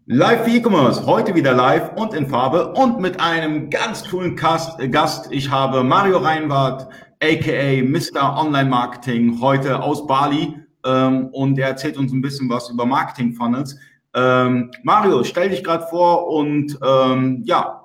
Live für E-Commerce, heute wieder live und in Farbe und mit einem ganz coolen Gast. Ich habe Mario Reinwart, aka Mr. Online Marketing, heute aus Bali und er erzählt uns ein bisschen was über Marketing Funnels. Mario, stell dich gerade vor und ja,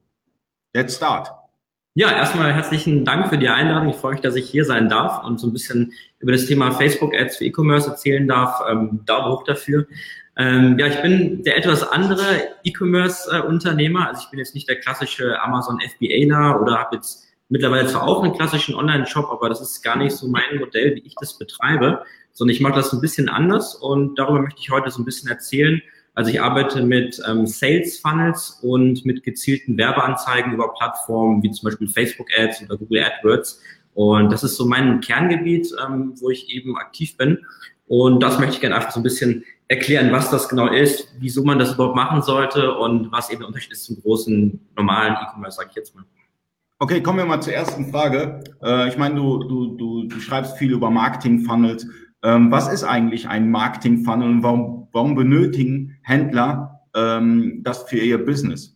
let's start. Ja, erstmal herzlichen Dank für die Einladung. Ich freue mich, dass ich hier sein darf und so ein bisschen über das Thema Facebook Ads für E-Commerce erzählen darf. Daumen hoch dafür. Ja, ich bin der etwas andere E-Commerce-Unternehmer. Also ich bin jetzt nicht der klassische Amazon FBAler oder habe jetzt mittlerweile zwar auch einen klassischen Online-Shop, aber das ist gar nicht so mein Modell, wie ich das betreibe, sondern ich mache das ein bisschen anders und darüber möchte ich heute so ein bisschen erzählen. Also ich arbeite mit Sales Funnels und mit gezielten Werbeanzeigen über Plattformen wie zum Beispiel Facebook Ads oder Google AdWords. Und das ist so mein Kerngebiet, wo ich eben aktiv bin. Und das möchte ich gerne einfach so ein bisschen erklären, was das genau ist, wieso man das überhaupt machen sollte und was eben der Unterschied ist zum großen, normalen E-Commerce, sage ich jetzt mal. Okay, kommen wir mal zur ersten Frage. Ich meine, du schreibst viel über Marketing Funnels. Was ist eigentlich ein Marketing Funnel und warum benötigen Händler das für ihr Business?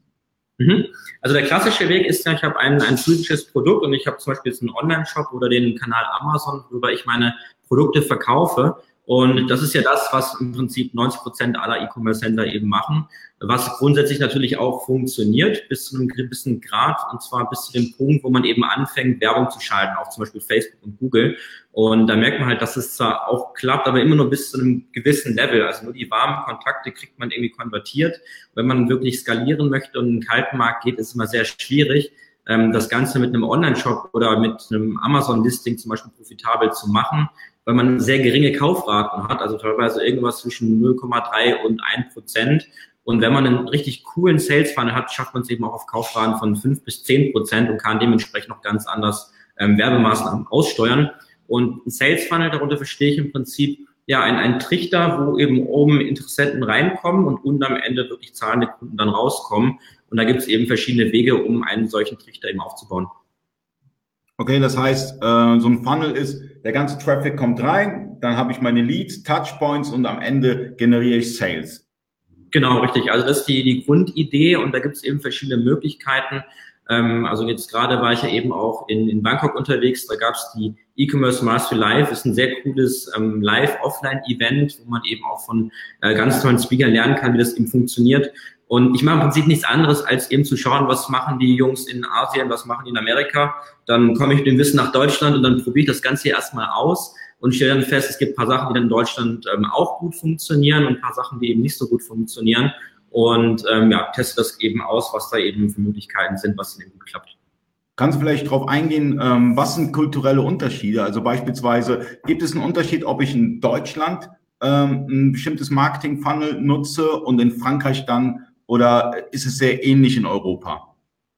Also der klassische Weg ist ja, ich habe ein physisches Produkt und ich habe zum Beispiel jetzt einen Online-Shop oder den Kanal Amazon, worüber ich meine Produkte verkaufe. Und das ist ja das, was im Prinzip 90% aller E-Commerce-Händler eben machen, was grundsätzlich natürlich auch funktioniert bis zu einem gewissen Grad, und zwar bis zu dem Punkt, wo man eben anfängt, Werbung zu schalten, auch zum Beispiel Facebook und Google. Und da merkt man halt, dass es zwar auch klappt, aber immer nur bis zu einem gewissen Level. Also nur die warmen Kontakte kriegt man irgendwie konvertiert. Wenn man wirklich skalieren möchte und in den kalten Markt geht, ist es immer sehr schwierig, das Ganze mit einem Online-Shop oder mit einem Amazon-Listing zum Beispiel profitabel zu machen, weil man sehr geringe Kaufraten hat, also teilweise irgendwas zwischen 0,3 und 1%. Und wenn man einen richtig coolen Sales-Funnel hat, schafft man es eben auch auf Kaufraten von 5 bis 10% und kann dementsprechend noch ganz anders Werbemaßnahmen aussteuern. Und ein Sales-Funnel, darunter verstehe ich im Prinzip ja ein Trichter, wo eben oben Interessenten reinkommen und unten am Ende wirklich zahlende Kunden dann rauskommen. Und da gibt es eben verschiedene Wege, um einen solchen Trichter eben aufzubauen. Okay, das heißt, so ein Funnel ist, der ganze Traffic kommt rein, dann habe ich meine Leads, Touchpoints und am Ende generiere ich Sales. Genau, richtig. Also das ist die Grundidee und da gibt es eben verschiedene Möglichkeiten. Also jetzt gerade war ich ja eben auch in Bangkok unterwegs, da gab es die E-Commerce Mastery Live, ist ein sehr cooles Live-Offline-Event, wo man eben auch von ganz tollen Speakern lernen kann, wie das eben funktioniert. Und ich mache im Prinzip nichts anderes, als eben zu schauen, was machen die Jungs in Asien, was machen die in Amerika. Dann komme ich mit dem Wissen nach Deutschland und dann probiere ich das Ganze hier erstmal aus und stelle dann fest, es gibt ein paar Sachen, die dann in Deutschland auch gut funktionieren und ein paar Sachen, die eben nicht so gut funktionieren. Und ja, teste das eben aus, was da eben für Möglichkeiten sind, was denn gut klappt. Kannst du vielleicht darauf eingehen, was sind kulturelle Unterschiede? Also beispielsweise, gibt es einen Unterschied, ob ich in Deutschland ein bestimmtes Marketing-Funnel nutze und in Frankreich dann, oder ist es sehr ähnlich in Europa?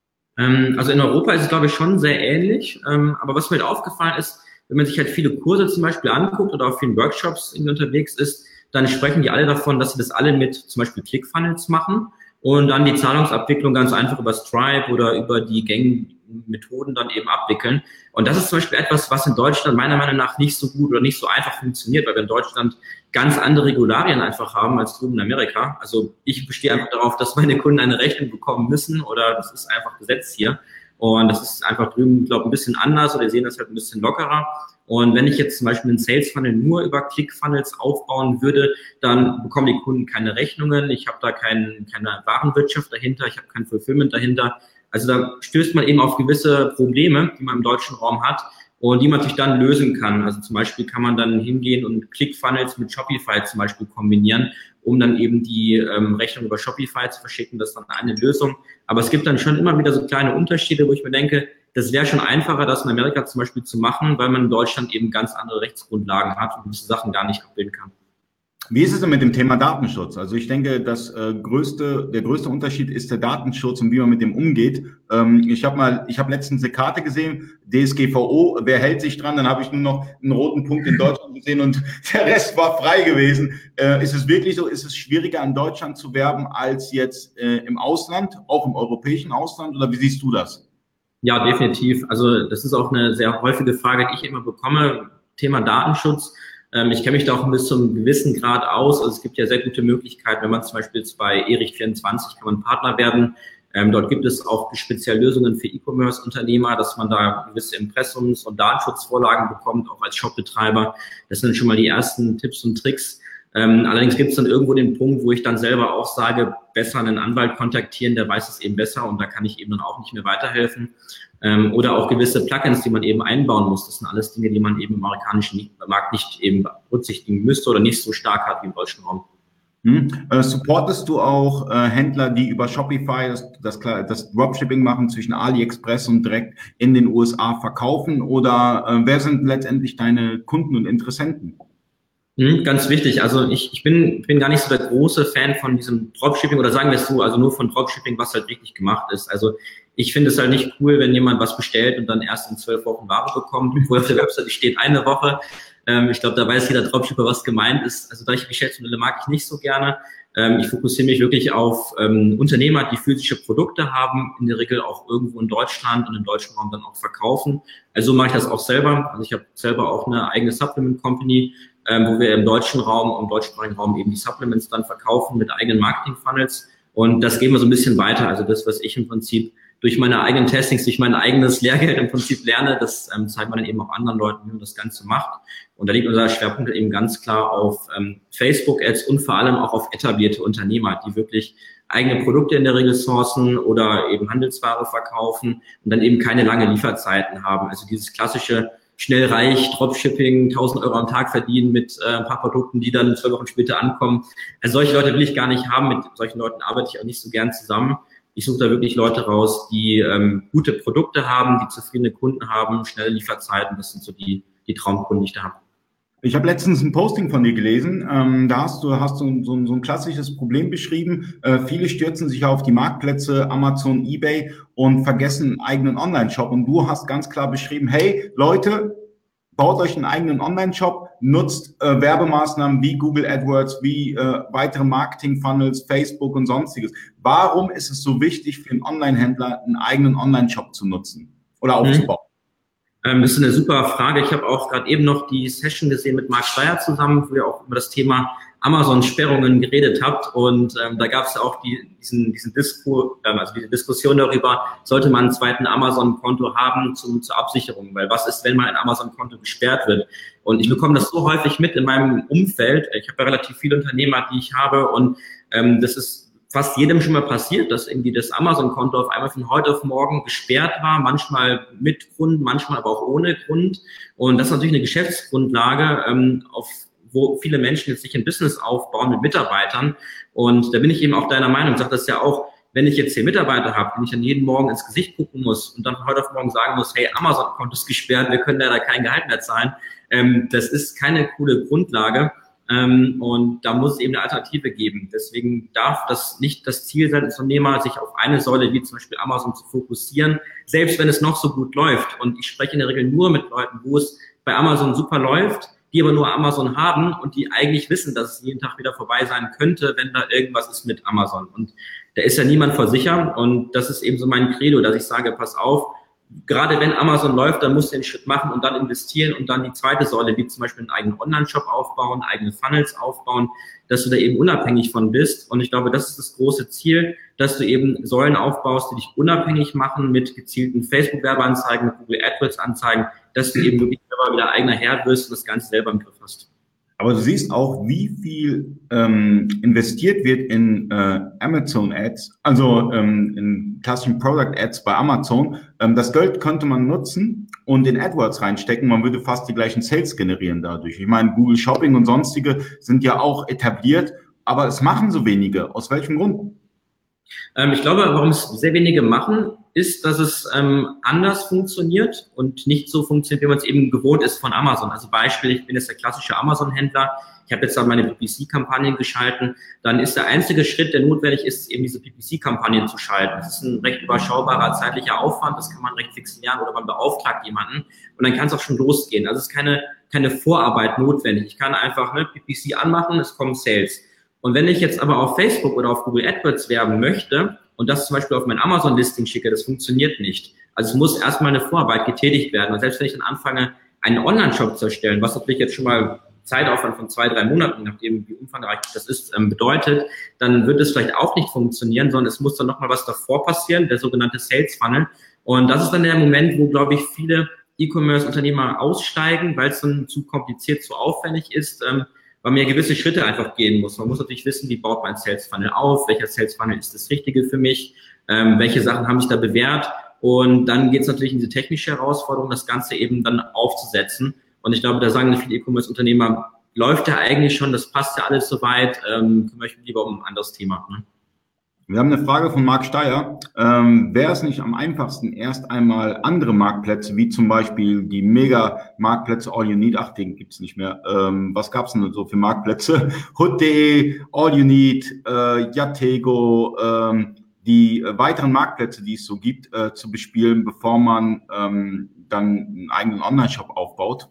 Also in Europa ist es, glaube ich, schon sehr ähnlich. Aber was mir halt aufgefallen ist, wenn man sich halt viele Kurse zum Beispiel anguckt oder auf vielen Workshops unterwegs ist, dann sprechen die alle davon, dass sie das alle mit zum Beispiel ClickFunnels machen und dann die Zahlungsabwicklung ganz einfach über Stripe oder über die gängigen Methoden dann eben abwickeln. Und das ist zum Beispiel etwas, was in Deutschland meiner Meinung nach nicht so gut oder nicht so einfach funktioniert, weil wir in Deutschland ganz andere Regularien einfach haben als drüben in Amerika. Also ich bestehe einfach darauf, dass meine Kunden eine Rechnung bekommen müssen oder das ist einfach Gesetz hier. Und das ist einfach drüben, glaube ich, ein bisschen anders oder die sehen das halt ein bisschen lockerer. Und wenn ich jetzt zum Beispiel einen Sales Funnel nur über ClickFunnels aufbauen würde, dann bekommen die Kunden keine Rechnungen. Ich habe da keine Warenwirtschaft dahinter, ich habe kein Fulfillment dahinter. Also da stößt man eben auf gewisse Probleme, die man im deutschen Raum hat und die man sich dann lösen kann. Also zum Beispiel kann man dann hingehen und ClickFunnels mit Shopify zum Beispiel kombinieren, um dann eben die Rechnung über Shopify zu verschicken. Das ist dann eine Lösung. Aber es gibt dann schon immer wieder so kleine Unterschiede, wo ich mir denke, das wäre schon einfacher, das in Amerika zum Beispiel zu machen, weil man in Deutschland eben ganz andere Rechtsgrundlagen hat und gewisse Sachen gar nicht abbilden kann. Wie ist es denn mit dem Thema Datenschutz? Also ich denke, der größte Unterschied ist der Datenschutz und wie man mit dem umgeht. Ich habe letztens eine Karte gesehen, DSGVO, wer hält sich dran? Dann habe ich nur noch einen roten Punkt in Deutschland gesehen und der Rest war frei gewesen. Ist es wirklich so? Ist es schwieriger in Deutschland zu werben als jetzt im Ausland, auch im europäischen Ausland? Oder wie siehst du das? Ja, definitiv. Also das ist auch eine sehr häufige Frage, die ich immer bekomme, Thema Datenschutz. Ich kenne mich da auch bis zum gewissen Grad aus. Also es gibt ja sehr gute Möglichkeiten, wenn man zum Beispiel bei Erich24 kann man Partner werden. Dort gibt es auch Speziallösungen für E-Commerce-Unternehmer, dass man da gewisse Impressums- und Datenschutzvorlagen bekommt, auch als Shopbetreiber. Das sind schon mal die ersten Tipps und Tricks. Allerdings gibt es dann irgendwo den Punkt, wo ich dann selber auch sage, besser einen Anwalt kontaktieren, der weiß es eben besser und da kann ich eben dann auch nicht mehr weiterhelfen. Oder auch gewisse Plugins, die man eben einbauen muss. Das sind alles Dinge, die man eben im amerikanischen Markt nicht eben berücksichtigen müsste oder nicht so stark hat wie im deutschen Raum. Supportest du auch Händler, die über Shopify das Dropshipping machen, zwischen AliExpress und direkt in den USA verkaufen? Oder wer sind letztendlich deine Kunden und Interessenten? Ganz wichtig. Also ich bin gar nicht so der große Fan von diesem Dropshipping oder sagen wir es so, also nur von Dropshipping, was halt richtig gemacht ist. Also ich finde es halt nicht cool, wenn jemand was bestellt und dann erst in 12 Wochen Ware bekommt, obwohl auf der Website steht eine Woche. Ich glaube, da weiß jeder Dropshipper, was gemeint ist. Also solche Geschäftsmodelle mag ich nicht so gerne. Ich fokussiere mich wirklich auf Unternehmer, die physische Produkte haben, in der Regel auch irgendwo in Deutschland und im deutschen Raum dann auch verkaufen. Also so mache ich das auch selber. Also ich habe selber auch eine eigene Supplement Company, wo wir im deutschen Raum und im deutschsprachigen Raum eben die Supplements dann verkaufen mit eigenen Marketing-Funnels. Und das geben wir so ein bisschen weiter. Also das, was ich im Prinzip durch meine eigenen Testings, durch mein eigenes Lehrgeld im Prinzip lerne, das zeigt man dann eben auch anderen Leuten, wie man das Ganze macht. Und da liegt unser Schwerpunkt eben ganz klar auf Facebook-Ads und vor allem auch auf etablierte Unternehmer, die wirklich eigene Produkte in der Regel sourcen oder eben Handelsware verkaufen und dann eben keine lange Lieferzeiten haben. Also dieses klassische schnell reich, Dropshipping, 1.000 Euro am Tag verdienen mit ein paar Produkten, die dann 2 Wochen später ankommen. Also solche Leute will ich gar nicht haben, mit solchen Leuten arbeite ich auch nicht so gern zusammen. Ich suche da wirklich Leute raus, die gute Produkte haben, die zufriedene Kunden haben, schnelle Lieferzeiten. Das sind so die Traumkunden, die ich da habe. Ich habe letztens ein Posting von dir gelesen. Da hast du so ein klassisches Problem beschrieben. Viele stürzen sich auf die Marktplätze Amazon, eBay und vergessen einen eigenen Online-Shop. Und du hast ganz klar beschrieben, hey Leute, baut euch einen eigenen Online-Shop, nutzt Werbemaßnahmen wie Google AdWords, wie weitere Marketing-Funnels, Facebook und sonstiges. Warum ist es so wichtig für einen Online-Händler, einen eigenen Online-Shop zu nutzen oder aufzubauen? Das ist eine super Frage. Ich habe auch gerade eben noch die Session gesehen mit Marc Steyer zusammen, wo ihr auch über das Thema Amazon-Sperrungen geredet habt. Und da gab es auch diese Diskussion darüber, sollte man einen zweiten Amazon-Konto haben zur Absicherung? Weil was ist, wenn mal ein Amazon-Konto gesperrt wird? Und ich bekomme das so häufig mit in meinem Umfeld. Ich habe ja relativ viele Unternehmer, die ich habe. Und das ist fast jedem schon mal passiert, dass irgendwie das Amazon-Konto auf einmal von heute auf morgen gesperrt war, manchmal mit Grund, manchmal aber auch ohne Grund. Und das ist natürlich eine Geschäftsgrundlage, wo viele Menschen jetzt sich ein Business aufbauen mit Mitarbeitern. Und da bin ich eben auch deiner Meinung, ich sage das ja auch, wenn ich jetzt hier Mitarbeiter habe, wenn ich dann jeden Morgen ins Gesicht gucken muss und dann von heute auf morgen sagen muss, hey, Amazon-Konto ist gesperrt, wir können leider kein Gehalt mehr zahlen, das ist keine coole Grundlage. Und da muss es eben eine Alternative geben. Deswegen darf das nicht das Ziel sein, als Unternehmer sich auf eine Säule wie zum Beispiel Amazon zu fokussieren, selbst wenn es noch so gut läuft. Und ich spreche in der Regel nur mit Leuten, wo es bei Amazon super läuft, die aber nur Amazon haben und die eigentlich wissen, dass es jeden Tag wieder vorbei sein könnte, wenn da irgendwas ist mit Amazon. Und da ist ja niemand vor sicher. Und das ist eben so mein Credo, dass ich sage, pass auf, gerade wenn Amazon läuft, dann musst du den Schritt machen und dann investieren und dann die zweite Säule, wie zum Beispiel einen eigenen Online-Shop aufbauen, eigene Funnels aufbauen, dass du da eben unabhängig von bist. Und ich glaube, das ist das große Ziel, dass du eben Säulen aufbaust, die dich unabhängig machen mit gezielten Facebook-Werbeanzeigen, mit Google AdWords-Anzeigen, dass du eben wirklich selber wieder eigener Herr wirst und das Ganze selber im Griff hast. Aber du siehst auch, wie viel investiert wird in Amazon Ads, also in klassischen Product Ads bei Amazon. Das Geld könnte man nutzen und in AdWords reinstecken. Man würde fast die gleichen Sales generieren dadurch. Ich meine, Google Shopping und sonstige sind ja auch etabliert, aber es machen so wenige. Aus welchem Grund? Ich glaube, warum es sehr wenige machen, ist, dass es anders funktioniert und nicht so funktioniert, wie man es eben gewohnt ist von Amazon. Also Beispiel, ich bin jetzt der klassische Amazon-Händler, ich habe jetzt da meine PPC-Kampagnen geschalten, dann ist der einzige Schritt, der notwendig ist, eben diese PPC-Kampagnen zu schalten. Das ist ein recht überschaubarer zeitlicher Aufwand, das kann man recht fixieren oder man beauftragt jemanden und dann kann es auch schon losgehen. Also es ist keine Vorarbeit notwendig. Ich kann einfach PPC anmachen, es kommen Sales. Und wenn ich jetzt aber auf Facebook oder auf Google AdWords werben möchte und das zum Beispiel auf mein Amazon-Listing schicke, das funktioniert nicht. Also es muss erstmal eine Vorarbeit getätigt werden. Und selbst wenn ich dann anfange, einen Online-Shop zu erstellen, was natürlich jetzt schon mal Zeitaufwand von 2-3 Monaten, je nachdem wie umfangreich das ist, bedeutet, dann wird es vielleicht auch nicht funktionieren, sondern es muss dann nochmal was davor passieren, der sogenannte Sales Funnel. Und das ist dann der Moment, wo, glaube ich, viele E-Commerce-Unternehmer aussteigen, weil es dann zu kompliziert, zu aufwendig ist, weil man ja gewisse Schritte einfach gehen muss. Man muss natürlich wissen, wie baut man ein Sales Funnel auf, welcher Sales Funnel ist das Richtige für mich, welche Sachen haben sich da bewährt. Und dann geht es natürlich in diese technische Herausforderung, das Ganze eben dann aufzusetzen. Und ich glaube, da sagen viele E-Commerce-Unternehmer, läuft ja eigentlich schon, das passt ja alles soweit, kümmere ich mich lieber um ein anderes Thema. Ne? Wir haben eine Frage von Marc Steyer. Wäre es nicht am einfachsten, erst einmal andere Marktplätze, wie zum Beispiel die Mega-Marktplätze All You Need, den gibt's nicht mehr. Was gab's denn so für Marktplätze? Hood.de, All You Need, Yatego, die weiteren Marktplätze, die es so gibt, zu bespielen, bevor man dann einen eigenen Online-Shop aufbaut?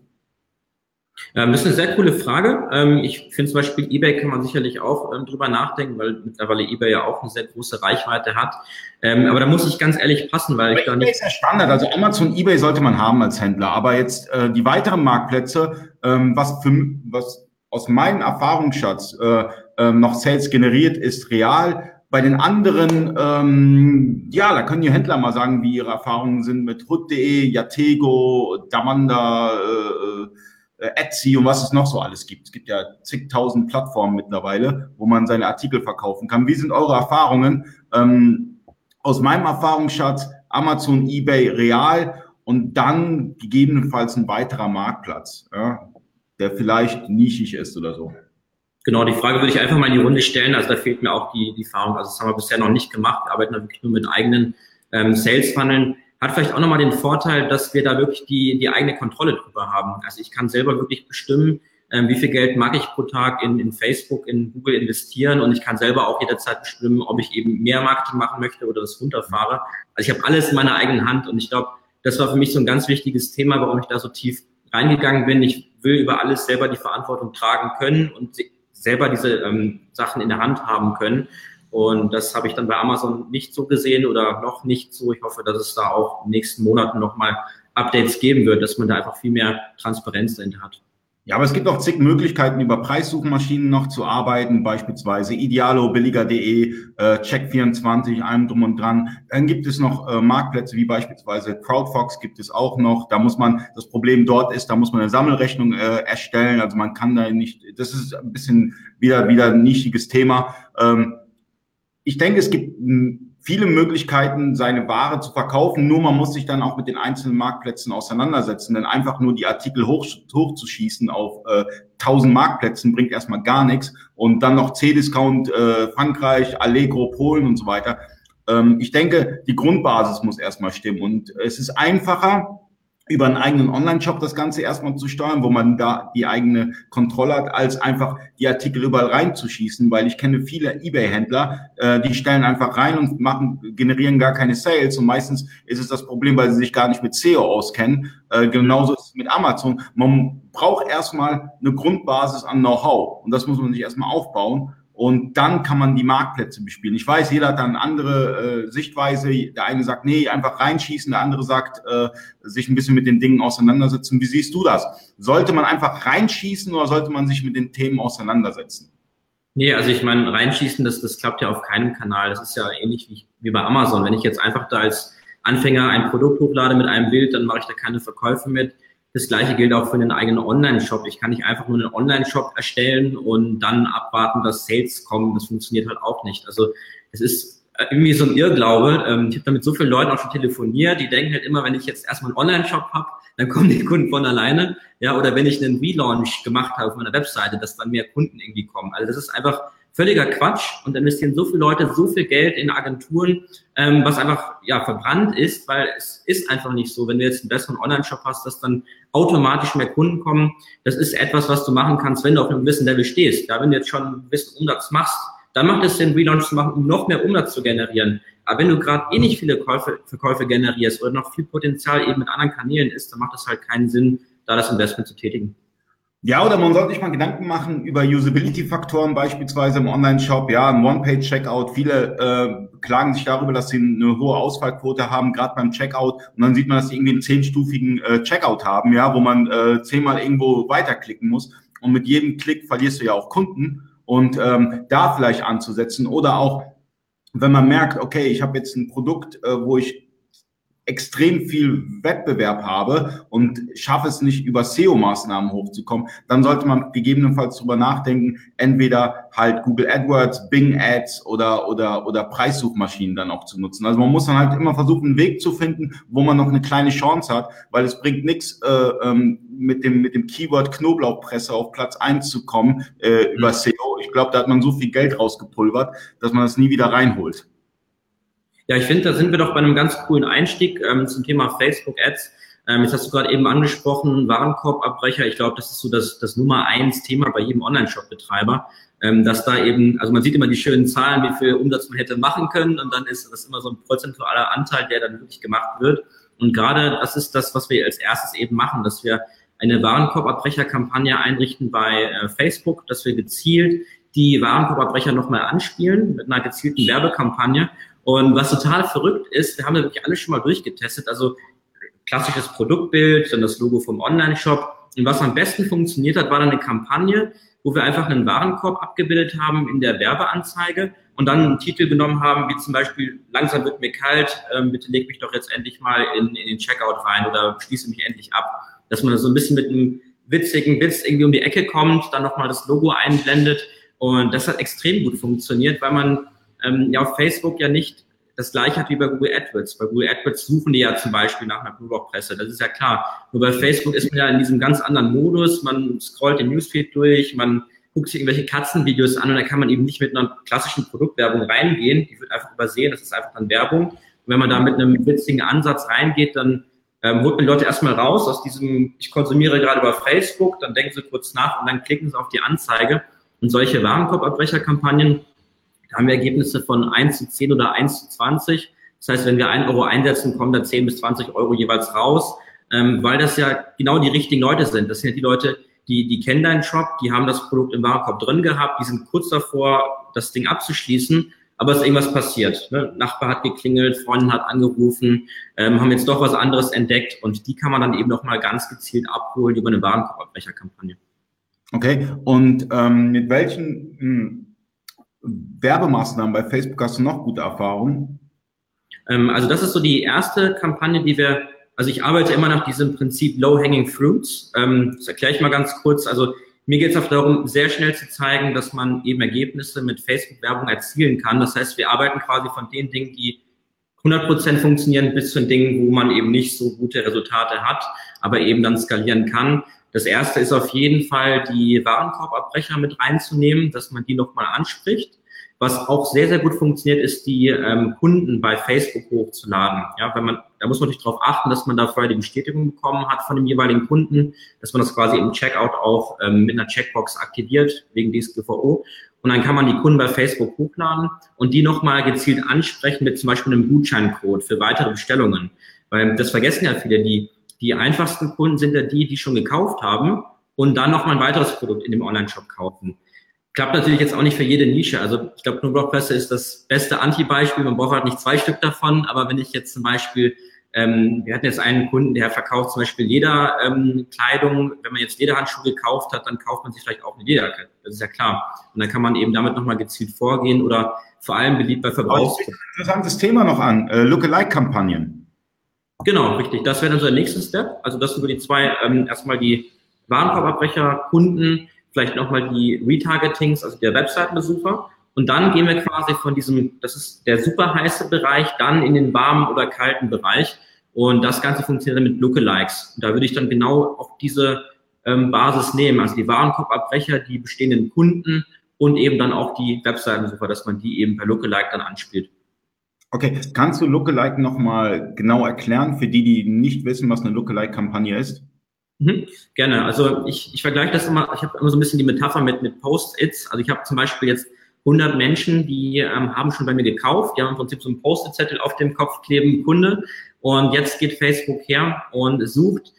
Das ist eine sehr coole Frage. Ich finde zum Beispiel eBay kann man sicherlich auch drüber nachdenken, weil mittlerweile eBay ja auch eine sehr große Reichweite hat. Aber da muss ich ganz ehrlich passen, weil ich da nicht... eBay ist ja Standard, also Amazon, eBay sollte man haben als Händler. Aber jetzt die weiteren Marktplätze, was aus meinem Erfahrungsschatz noch Sales generiert, ist Real. Bei den anderen, da können die Händler mal sagen, wie ihre Erfahrungen sind mit Hood.de, Yatego, Damanda, Etsy und was es noch so alles gibt. Es gibt ja zigtausend Plattformen mittlerweile, wo man seine Artikel verkaufen kann. Wie sind eure Erfahrungen? Aus meinem Erfahrungsschatz Amazon, eBay, Real und dann gegebenenfalls ein weiterer Marktplatz, ja, der vielleicht nischig ist oder so. Genau, die Frage würde ich einfach mal in die Runde stellen. Also da fehlt mir auch die Erfahrung. Also das haben wir bisher noch nicht gemacht. Wir arbeiten da wirklich nur mit eigenen Sales-Funneln. Hat vielleicht auch nochmal den Vorteil, dass wir da wirklich die eigene Kontrolle drüber haben. Also ich kann selber wirklich bestimmen, wie viel Geld mag ich pro Tag in Facebook, in Google investieren und ich kann selber auch jederzeit bestimmen, ob ich eben mehr Marketing machen möchte oder das runterfahre. Also ich habe alles in meiner eigenen Hand und ich glaube, das war für mich so ein ganz wichtiges Thema, warum ich da so tief reingegangen bin. Ich will über alles selber die Verantwortung tragen können und selber diese Sachen in der Hand haben können. Und das habe ich dann bei Amazon nicht so gesehen oder noch nicht so. Ich hoffe, dass es da auch in den nächsten Monaten nochmal Updates geben wird, dass man da einfach viel mehr Transparenz dahinter hat. Ja, aber es gibt auch zig Möglichkeiten, über Preissuchmaschinen noch zu arbeiten, beispielsweise Idealo, billiger.de, Check24, allem drum und dran. Dann gibt es noch Marktplätze wie beispielsweise Crowdfox gibt es auch noch. Da muss man, das Problem dort ist, da muss man eine Sammelrechnung erstellen. Also man kann da nicht, das ist ein bisschen wieder ein nischiges Thema. Ich denke, es gibt viele Möglichkeiten, seine Ware zu verkaufen, nur man muss sich dann auch mit den einzelnen Marktplätzen auseinandersetzen, denn einfach nur die Artikel hochzuschießen auf 1000 Marktplätzen bringt erstmal gar nichts und dann noch C-Discount, Frankreich, Allegro, Polen und so weiter. Ich denke, die Grundbasis muss erstmal stimmen und es ist einfacher, über einen eigenen Online-Shop das Ganze erstmal zu steuern, wo man da die eigene Kontrolle hat, als einfach die Artikel überall reinzuschießen, weil ich kenne viele eBay-Händler, die stellen einfach rein und generieren gar keine Sales und meistens ist es das Problem, weil sie sich gar nicht mit SEO auskennen. Genauso ist es mit Amazon. Man braucht erstmal eine Grundbasis an Know-how und das muss man sich erstmal aufbauen. Und dann kann man die Marktplätze bespielen. Ich weiß, jeder hat dann eine andere Sichtweise. Der eine sagt, nee, einfach reinschießen. Der andere sagt, sich ein bisschen mit den Dingen auseinandersetzen. Wie siehst du das? Sollte man einfach reinschießen oder sollte man sich mit den Themen auseinandersetzen? Nee, also ich meine, reinschießen, das klappt ja auf keinem Kanal. Das ist ja ähnlich wie bei Amazon. Wenn ich jetzt einfach da als Anfänger ein Produkt hochlade mit einem Bild, dann mache ich da keine Verkäufe mit. Das Gleiche gilt auch für einen eigenen Online-Shop. Ich kann nicht einfach nur einen Online-Shop erstellen und dann abwarten, dass Sales kommen. Das funktioniert halt auch nicht. Also es ist irgendwie so ein Irrglaube. Ich habe da mit so vielen Leuten auch schon telefoniert, die denken halt immer, wenn ich jetzt erstmal einen Online-Shop habe, dann kommen die Kunden von alleine. Ja, oder wenn ich einen Relaunch gemacht habe auf meiner Webseite, dass dann mehr Kunden irgendwie kommen. Also das ist einfach völliger Quatsch und investieren so viele Leute so viel Geld in Agenturen, was einfach verbrannt ist, weil es ist einfach nicht so, wenn du jetzt einen besseren Online-Shop hast, dass dann automatisch mehr Kunden kommen. Das ist etwas, was du machen kannst, wenn du auf einem gewissen Level stehst. Ja, wenn du jetzt schon einen gewissen Umsatz machst, dann macht es Sinn, Relaunch zu machen, um noch mehr Umsatz zu generieren. Aber wenn du gerade nicht viele Verkäufe generierst oder noch viel Potenzial eben mit anderen Kanälen ist, dann macht es halt keinen Sinn, da das Investment zu tätigen. Ja, oder man sollte sich mal Gedanken machen über Usability-Faktoren, beispielsweise im Online-Shop, ja, ein One-Page-Checkout. Viele klagen sich darüber, dass sie eine hohe Ausfallquote haben, gerade beim Checkout. Und dann sieht man, dass sie irgendwie einen 10-stufigen Checkout haben, ja, wo man 10-mal irgendwo weiterklicken muss. und mit jedem Klick verlierst du ja auch Kunden und da vielleicht anzusetzen oder auch, wenn man merkt, okay, ich habe jetzt ein Produkt, wo ich extrem viel Wettbewerb habe und schaffe es nicht, über SEO-Maßnahmen hochzukommen, dann sollte man gegebenenfalls drüber nachdenken, entweder halt Google AdWords, Bing Ads oder Preissuchmaschinen dann auch zu nutzen. Also man muss dann halt immer versuchen, einen Weg zu finden, wo man noch eine kleine Chance hat, weil es bringt nichts, mit dem Keyword Knoblauchpresse auf Platz 1 zu kommen über SEO. Ich glaube, da hat man so viel Geld rausgepulvert, dass man das nie wieder reinholt. Ja, ich finde, da sind wir doch bei einem ganz coolen Einstieg zum Thema Facebook Ads. Jetzt hast du gerade eben angesprochen, Warenkorbabbrecher. Ich glaube, das ist so das Nummer 1 Thema bei jedem Online-Shop-Betreiber, dass da eben, also man sieht immer die schönen Zahlen, wie viel Umsatz man hätte machen können und dann ist das immer so ein prozentualer Anteil, der dann wirklich gemacht wird. Und gerade das ist das, was wir als erstes eben machen, dass wir eine Warenkorbabbrecher-Kampagne einrichten bei Facebook, dass wir gezielt die Warenkorbabbrecher nochmal anspielen mit einer gezielten Werbekampagne. Und was total verrückt ist, wir haben da wirklich alles schon mal durchgetestet, also klassisches Produktbild, dann das Logo vom Online-Shop. Und was am besten funktioniert hat, war dann eine Kampagne, wo wir einfach einen Warenkorb abgebildet haben in der Werbeanzeige und dann einen Titel genommen haben, wie zum Beispiel, langsam wird mir kalt, bitte leg mich doch jetzt endlich mal in den Checkout rein oder schließe mich endlich ab. Dass man so ein bisschen mit einem witzigen Witz irgendwie um die Ecke kommt, dann nochmal das Logo einblendet. Und das hat extrem gut funktioniert, weil man ja auf Facebook ja nicht das gleiche hat wie bei Google AdWords. Bei Google AdWords suchen die ja zum Beispiel nach einer Knoblauchpresse, das ist ja klar. Nur bei Facebook ist man ja in diesem ganz anderen Modus, man scrollt den Newsfeed durch, man guckt sich irgendwelche Katzenvideos an und da kann man eben nicht mit einer klassischen Produktwerbung reingehen, die wird einfach übersehen, das ist einfach dann Werbung. Und wenn man da mit einem witzigen Ansatz reingeht, dann holt man die Leute erstmal raus aus diesem, ich konsumiere gerade über Facebook, dann denken sie kurz nach und dann klicken sie auf die Anzeige. Und solche Warenkorbabbrecherkampagnen, da haben wir Ergebnisse von 1:10 oder 1:20. Das heißt, wenn wir 1 Euro einsetzen, kommen da 10 bis 20 Euro jeweils raus, weil das ja genau die richtigen Leute sind. Das sind ja die Leute, die kennen deinen Shop, die haben das Produkt im Warenkorb drin gehabt, die sind kurz davor, das Ding abzuschließen, aber es ist irgendwas passiert. Ne? Nachbar hat geklingelt, Freundin hat angerufen, haben jetzt doch was anderes entdeckt und die kann man dann eben nochmal ganz gezielt abholen über eine Warenkorbabbrecherkampagne. Okay, und mit welchen Werbemaßnahmen bei Facebook hast du noch gute Erfahrungen? Also das ist so die erste Kampagne, die wir, also ich arbeite immer nach diesem Prinzip Low-Hanging Fruits. Das erkläre ich mal ganz kurz. Also mir geht es auch darum, sehr schnell zu zeigen, dass man eben Ergebnisse mit Facebook-Werbung erzielen kann. Das heißt, wir arbeiten quasi von den Dingen, die 100% funktionieren, bis zu den Dingen, wo man eben nicht so gute Resultate hat, aber eben dann skalieren kann. Das erste ist auf jeden Fall, die Warenkorbabbrecher mit reinzunehmen, dass man die nochmal anspricht. Was auch sehr, sehr gut funktioniert, ist die Kunden bei Facebook hochzuladen. Ja, da muss man natürlich darauf achten, dass man da vorher die Bestätigung bekommen hat von dem jeweiligen Kunden, dass man das quasi im Checkout auch mit einer Checkbox aktiviert, wegen DSGVO. Und dann kann man die Kunden bei Facebook hochladen und die nochmal gezielt ansprechen mit zum Beispiel einem Gutscheincode für weitere Bestellungen. Weil das vergessen ja viele, die einfachsten Kunden sind ja die schon gekauft haben und dann nochmal ein weiteres Produkt in dem Online-Shop kaufen. Klappt natürlich jetzt auch nicht für jede Nische. Also ich glaube, Knoblauchpresse ist das beste Anti-Beispiel. Man braucht halt nicht 2 Stück davon. Aber wenn ich jetzt zum Beispiel, wir hatten jetzt einen Kunden, der verkauft zum Beispiel Lederkleidung. Wenn man jetzt Lederhandschuhe gekauft hat, dann kauft man sich vielleicht auch eine Lederjacke. Das ist ja klar. Und dann kann man eben damit nochmal gezielt vorgehen oder vor allem beliebt bei Verbrauchsgruppen. Interessantes Thema noch an. Lookalike-Kampagnen. Genau, richtig. Das wäre dann so der nächste Step. Also das sind so die 2, erstmal die Warenkorbabbrecher, Kunden, vielleicht nochmal die Retargetings, also der Webseitenbesucher. Und dann gehen wir quasi von diesem, das ist der super heiße Bereich, dann in den warmen oder kalten Bereich. Und das Ganze funktioniert dann mit Lookalikes. Und da würde ich dann genau auf diese Basis nehmen, also die Warenkorbabbrecher, die bestehenden Kunden und eben dann auch die Webseitenbesucher, dass man die eben per Lookalike dann anspielt. Okay, kannst du Lookalike nochmal genau erklären für die nicht wissen, was eine Lookalike-Kampagne ist? Gerne. Also ich vergleiche das immer, ich habe immer so ein bisschen die Metapher mit Post-its. Also ich habe zum Beispiel jetzt 100 Menschen, die haben schon bei mir gekauft, die haben im Prinzip so einen Post-it-Zettel auf dem Kopf kleben, Kunde. Und jetzt geht Facebook her und sucht,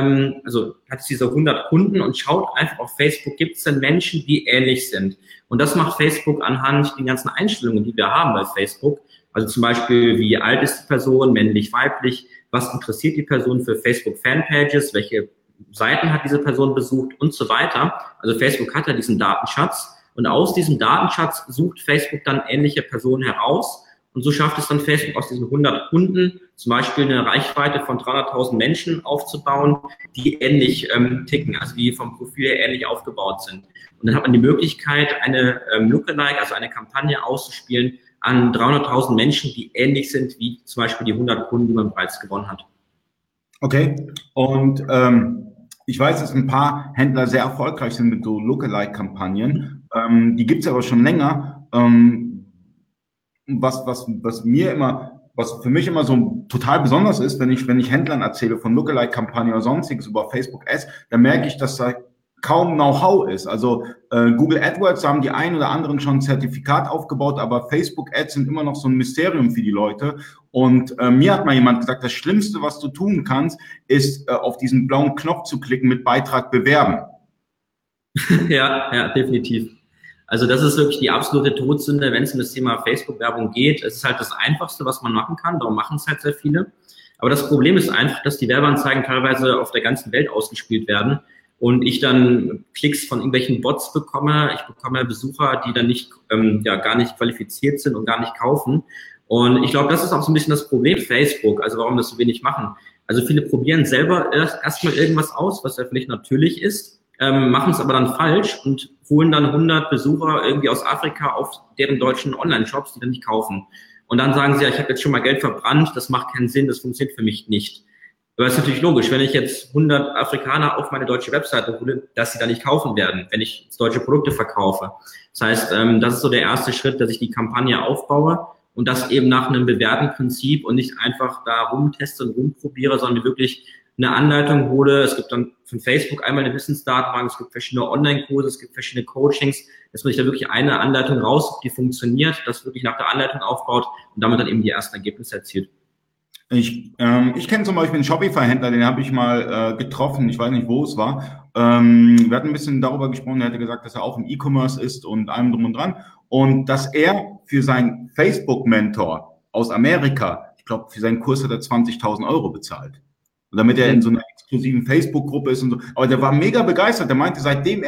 also hat es diese 100 Kunden und schaut einfach auf Facebook, gibt es denn Menschen, die ähnlich sind? Und das macht Facebook anhand den ganzen Einstellungen, die wir haben bei Facebook. Also zum Beispiel, wie alt ist die Person, männlich, weiblich, was interessiert die Person für Facebook-Fanpages, welche Seiten hat diese Person besucht und so weiter. Also Facebook hat ja diesen Datenschatz und aus diesem Datenschatz sucht Facebook dann ähnliche Personen heraus und so schafft es dann Facebook aus diesen 100 Kunden zum Beispiel eine Reichweite von 300.000 Menschen aufzubauen, die ähnlich ticken, also die vom Profil her ähnlich aufgebaut sind. Und dann hat man die Möglichkeit, eine Lookalike, also eine Kampagne auszuspielen an 300.000 Menschen, die ähnlich sind wie zum Beispiel die 100 Kunden, die man bereits gewonnen hat. Okay, und ich weiß, dass ein paar Händler sehr erfolgreich sind mit so Lookalike-Kampagnen. Die gibt's aber schon länger. Was für mich immer so total besonders ist, wenn ich Händlern erzähle von Lookalike-Kampagnen oder sonstiges über Facebook Ads, dann merke ich, dass da kaum Know-how ist. Also Google AdWords haben die einen oder anderen schon ein Zertifikat aufgebaut, aber Facebook Ads sind immer noch so ein Mysterium für die Leute. Und mir hat mal jemand gesagt, das Schlimmste, was du tun kannst, ist auf diesen blauen Knopf zu klicken mit Beitrag bewerben. Ja, definitiv. Also das ist wirklich die absolute Todsünde, wenn es um das Thema Facebook-Werbung geht. Es ist halt das Einfachste, was man machen kann. Darum machen es halt sehr viele. Aber das Problem ist einfach, dass die Werbeanzeigen teilweise auf der ganzen Welt ausgespielt werden und ich dann Klicks von irgendwelchen Bots bekomme. Ich bekomme Besucher, die dann gar nicht qualifiziert sind und gar nicht kaufen. Und ich glaube, das ist auch so ein bisschen das Problem Facebook, also warum das so wenig machen. Also viele probieren selber erstmal irgendwas aus, was ja vielleicht natürlich ist, machen es aber dann falsch und holen dann 100 Besucher irgendwie aus Afrika auf deren deutschen Online-Shops, die dann nicht kaufen. Und dann sagen sie, ja, ich habe jetzt schon mal Geld verbrannt, das macht keinen Sinn, das funktioniert für mich nicht. Aber es ist natürlich logisch, wenn ich jetzt 100 Afrikaner auf meine deutsche Webseite hole, dass sie da nicht kaufen werden, wenn ich deutsche Produkte verkaufe. Das heißt, das ist so der erste Schritt, dass ich die Kampagne aufbaue und das eben nach einem bewährten Prinzip und nicht einfach da rumteste und rumprobiere, sondern wirklich eine Anleitung hole. Es gibt dann von Facebook einmal eine Wissensdatenbank, es gibt verschiedene Online-Kurse, es gibt verschiedene Coachings, dass man sich da wirklich eine Anleitung raussucht, die funktioniert, das wirklich nach der Anleitung aufbaut und damit dann eben die ersten Ergebnisse erzielt. Ich kenne zum Beispiel einen Shopify-Händler, den habe ich mal getroffen, ich weiß nicht, wo es war. Wir hatten ein bisschen darüber gesprochen, er hatte gesagt, dass er auch im E-Commerce ist und allem drum und dran. Und dass er für seinen Facebook-Mentor aus Amerika, ich glaube, für seinen Kurs hat er 20.000 Euro bezahlt. Und damit er in so einer exklusiven Facebook-Gruppe ist und so. Aber der war mega begeistert. Der meinte, seitdem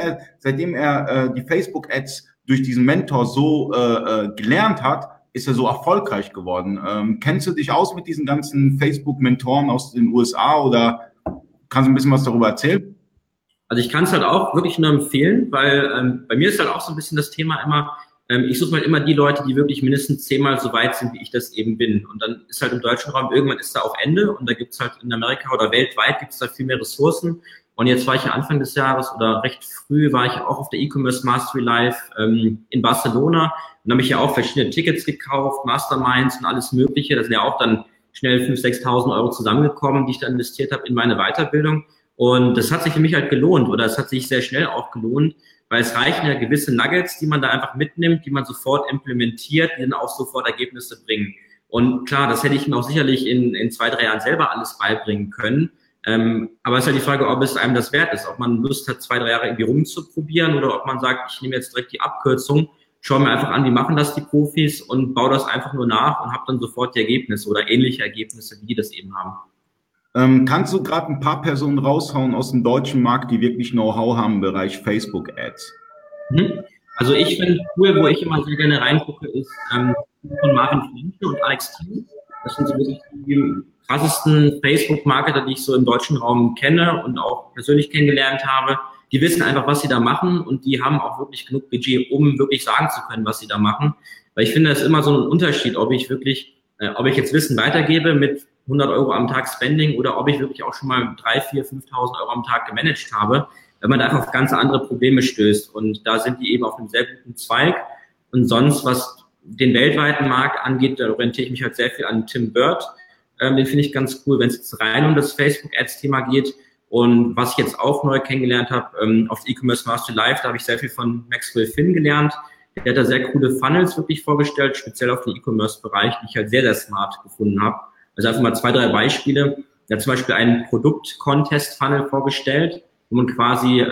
er die Facebook-Ads durch diesen Mentor so gelernt hat, ist er so erfolgreich geworden. Kennst du dich aus mit diesen ganzen Facebook-Mentoren aus den USA oder kannst du ein bisschen was darüber erzählen? Also ich kann es halt auch wirklich nur empfehlen, weil bei mir ist halt auch so ein bisschen das Thema immer, ich suche halt immer die Leute, die wirklich mindestens 10-mal so weit sind, wie ich das eben bin. Und dann ist halt im deutschen Raum, irgendwann ist da auch Ende und da gibt's halt in Amerika oder weltweit gibt's da viel mehr Ressourcen. Und jetzt war ich ja Anfang des Jahres oder recht früh war ich auch auf der E-Commerce Mastery Live in Barcelona und da habe ich ja auch verschiedene Tickets gekauft, Masterminds und alles Mögliche. Da sind ja auch dann schnell 5.000, 6.000 Euro zusammengekommen, die ich da investiert habe in meine Weiterbildung. Und das hat sich für mich halt gelohnt oder es hat sich sehr schnell auch gelohnt, weil es reichen ja gewisse Nuggets, die man da einfach mitnimmt, die man sofort implementiert, die dann auch sofort Ergebnisse bringen. Und klar, das hätte ich mir auch sicherlich in 2-3 Jahren selber alles beibringen können. Aber es ist halt die Frage, ob es einem das wert ist, ob man Lust hat, 2-3 Jahre irgendwie rumzuprobieren oder ob man sagt, ich nehme jetzt direkt die Abkürzung, schaue mir einfach an, wie machen das die Profis und baue das einfach nur nach und habe dann sofort die Ergebnisse oder ähnliche Ergebnisse, wie die das eben haben. Kannst du gerade ein paar Personen raushauen aus dem deutschen Markt, die wirklich Know-how haben im Bereich Facebook-Ads? Also ich finde cool, wo ich immer sehr gerne reingucke, ist von Marvin Flinke und Alex Thiel. Das sind so wirklich die krassesten Facebook-Marketer, die ich so im deutschen Raum kenne und auch persönlich kennengelernt habe. Die wissen einfach, was sie da machen und die haben auch wirklich genug Budget, um wirklich sagen zu können, was sie da machen. Weil ich finde, das ist immer so ein Unterschied, ob ich jetzt Wissen weitergebe mit 100 Euro am Tag Spending oder ob ich wirklich auch schon mal 3.000, 4.000, 5.000 Euro am Tag gemanagt habe, wenn man da einfach auf ganz andere Probleme stößt. Und da sind die eben auf einem sehr guten Zweig. Und sonst, was den weltweiten Markt angeht, da orientiere ich mich halt sehr viel an Tim Bird. Den finde ich ganz cool, wenn es jetzt rein um das Facebook-Ads-Thema geht. Und was ich jetzt auch neu kennengelernt habe, auf der E-Commerce Mastery Live, da habe ich sehr viel von Maxwell Finn gelernt. Der hat da sehr coole Funnels wirklich vorgestellt, speziell auf den E-Commerce-Bereich, die ich halt sehr, sehr smart gefunden habe. Also einfach mal 2-3 Beispiele. Er hat zum Beispiel einen Produkt-Contest-Funnel vorgestellt, wo man quasi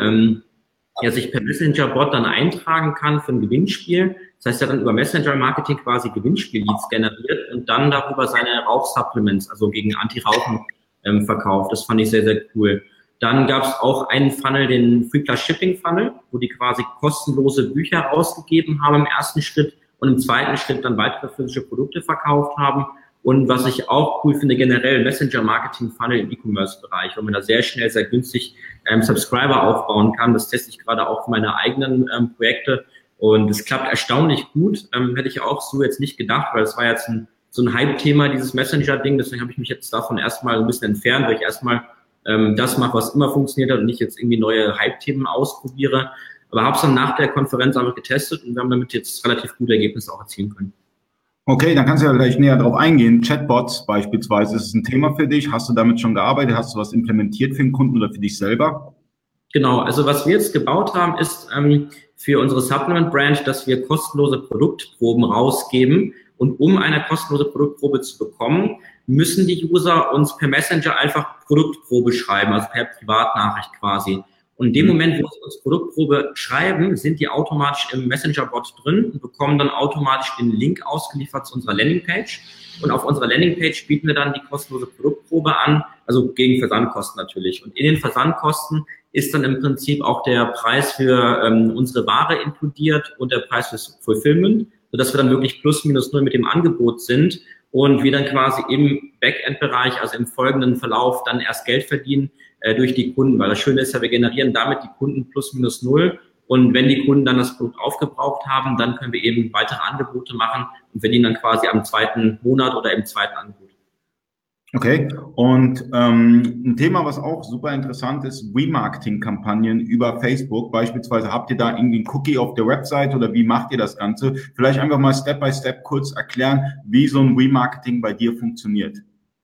sich per Messenger-Bot dann eintragen kann für ein Gewinnspiel. Das heißt, er hat dann über Messenger-Marketing quasi Gewinnspiel-Leads generiert und dann darüber seine Rauchsupplements, also gegen Anti-Rauchen, verkauft. Das fand ich sehr, sehr cool. Dann gab es auch einen Funnel, den Free Plus Shipping Funnel, wo die quasi kostenlose Bücher rausgegeben haben im ersten Schritt und im zweiten Schritt dann weitere physische Produkte verkauft haben. Und was ich auch cool finde, generell Messenger-Marketing-Funnel im E-Commerce-Bereich, wo man da sehr schnell, sehr günstig Subscriber aufbauen kann. Das teste ich gerade auch für meine eigenen Projekte und es klappt erstaunlich gut. Hätte ich auch so jetzt nicht gedacht, weil es war jetzt so ein Hype-Thema, dieses Messenger-Ding. Deswegen habe ich mich jetzt davon erstmal ein bisschen entfernt, weil ich erstmal das mache, was immer funktioniert hat und nicht jetzt irgendwie neue Hype-Themen ausprobiere. Aber habe es dann nach der Konferenz einfach getestet und wir haben damit jetzt relativ gute Ergebnisse auch erzielen können. Okay, dann kannst du ja gleich näher drauf eingehen. Chatbots beispielsweise, ist es ein Thema für dich? Hast du damit schon gearbeitet? Hast du was implementiert für den Kunden oder für dich selber? Genau, also was wir jetzt gebaut haben, ist für unsere Supplement-Brand, dass wir kostenlose Produktproben rausgeben. Und um eine kostenlose Produktprobe zu bekommen, müssen die User uns per Messenger einfach Produktprobe schreiben, also per Privatnachricht quasi. Und in dem Moment, wo sie uns Produktprobe schreiben, sind die automatisch im Messenger-Bot drin und bekommen dann automatisch den Link ausgeliefert zu unserer Landingpage. Und auf unserer Landingpage bieten wir dann die kostenlose Produktprobe an, also gegen Versandkosten natürlich. Und in den Versandkosten ist dann im Prinzip auch der Preis für unsere Ware inkludiert und der Preis fürs Fulfillment, sodass wir dann wirklich plus minus null mit dem Angebot sind und wir dann quasi im Backend-Bereich, also im folgenden Verlauf, dann erst Geld verdienen durch die Kunden, weil das Schöne ist ja, wir generieren damit die Kunden plus minus null und wenn die Kunden dann das Produkt aufgebraucht haben, dann können wir eben weitere Angebote machen und verdienen dann quasi am zweiten Monat oder im zweiten Angebot. Okay, und ein Thema, was auch super interessant ist, Remarketing-Kampagnen über Facebook. Beispielsweise habt ihr da irgendwie ein Cookie auf der Website oder wie macht ihr das Ganze? Vielleicht einfach mal Step by Step kurz erklären, wie so ein Remarketing bei dir funktioniert.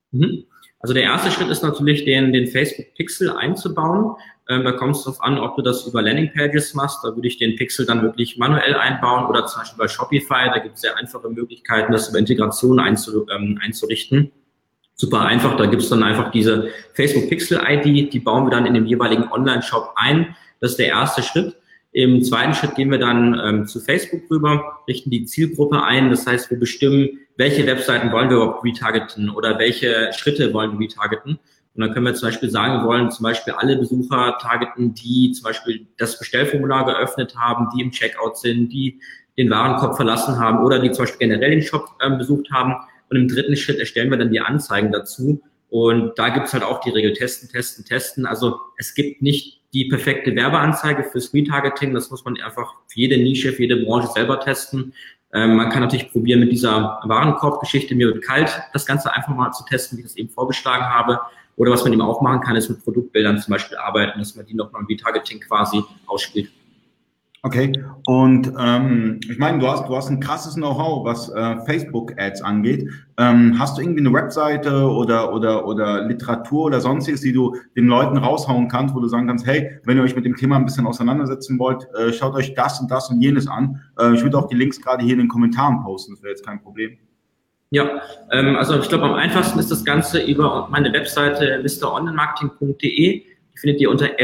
Also der erste Schritt ist natürlich, den Facebook-Pixel einzubauen. Da kommt es darauf an, ob du das über Landingpages machst. Da würde ich den Pixel dann wirklich manuell einbauen oder zum Beispiel bei Shopify. Da gibt es sehr einfache Möglichkeiten, das über Integration einzurichten. Super einfach, da gibt's dann einfach diese Facebook-Pixel-ID, die bauen wir dann in dem jeweiligen Online-Shop ein. Das ist der erste Schritt. Im zweiten Schritt gehen wir dann zu Facebook rüber, richten die Zielgruppe ein. Das heißt, wir bestimmen, welche Webseiten wollen wir überhaupt retargeten oder welche Schritte wollen wir retargeten. Und dann können wir zum Beispiel sagen, wir wollen zum Beispiel alle Besucher targeten, die zum Beispiel das Bestellformular geöffnet haben, die im Checkout sind, die den Warenkorb verlassen haben oder die zum Beispiel generell den Shop besucht haben. Und im dritten Schritt erstellen wir dann die Anzeigen dazu. Und da gibt's halt auch die Regel testen. Also es gibt nicht die perfekte Werbeanzeige fürs Retargeting. Das muss man einfach für jede Nische, für jede Branche selber testen. Man kann natürlich probieren mit dieser Warenkorbgeschichte, mir wird kalt, das Ganze einfach mal zu testen, wie ich das eben vorgeschlagen habe. Oder was man eben auch machen kann, ist mit Produktbildern zum Beispiel arbeiten, dass man die nochmal im Retargeting quasi ausspielt. Okay, und ich meine, du hast ein krasses Know-how, was Facebook-Ads angeht. Hast du irgendwie eine Webseite oder Literatur oder sonstiges, die du den Leuten raushauen kannst, wo du sagen kannst, hey, wenn ihr euch mit dem Thema ein bisschen auseinandersetzen wollt, schaut euch das und jenes an. Ich würde auch die Links gerade hier in den Kommentaren posten, das wäre jetzt kein Problem. Ja, also ich glaube, am einfachsten ist das Ganze über meine Webseite mronlinemarketing.de. Die findet ihr unter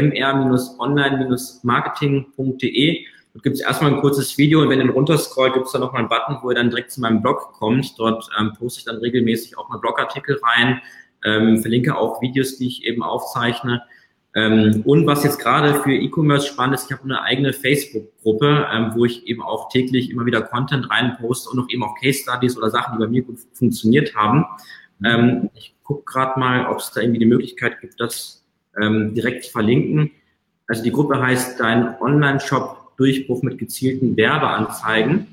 mr-online-marketing.de. Dort gibt es erstmal ein kurzes Video und wenn ihr runterscrollt, gibt es da nochmal einen Button, wo ihr dann direkt zu meinem Blog kommt. Dort poste ich dann regelmäßig auch mal Blogartikel rein, verlinke auch Videos, die ich eben aufzeichne. Und was jetzt gerade für E-Commerce spannend ist, ich habe eine eigene Facebook-Gruppe, wo ich eben auch täglich immer wieder Content reinposte und auch eben auch Case-Studies oder Sachen, die bei mir gut funktioniert haben. Ich gucke gerade mal, ob es da irgendwie die Möglichkeit gibt, das direkt verlinken. Also die Gruppe heißt Dein Online-Shop Durchbruch mit gezielten Werbeanzeigen.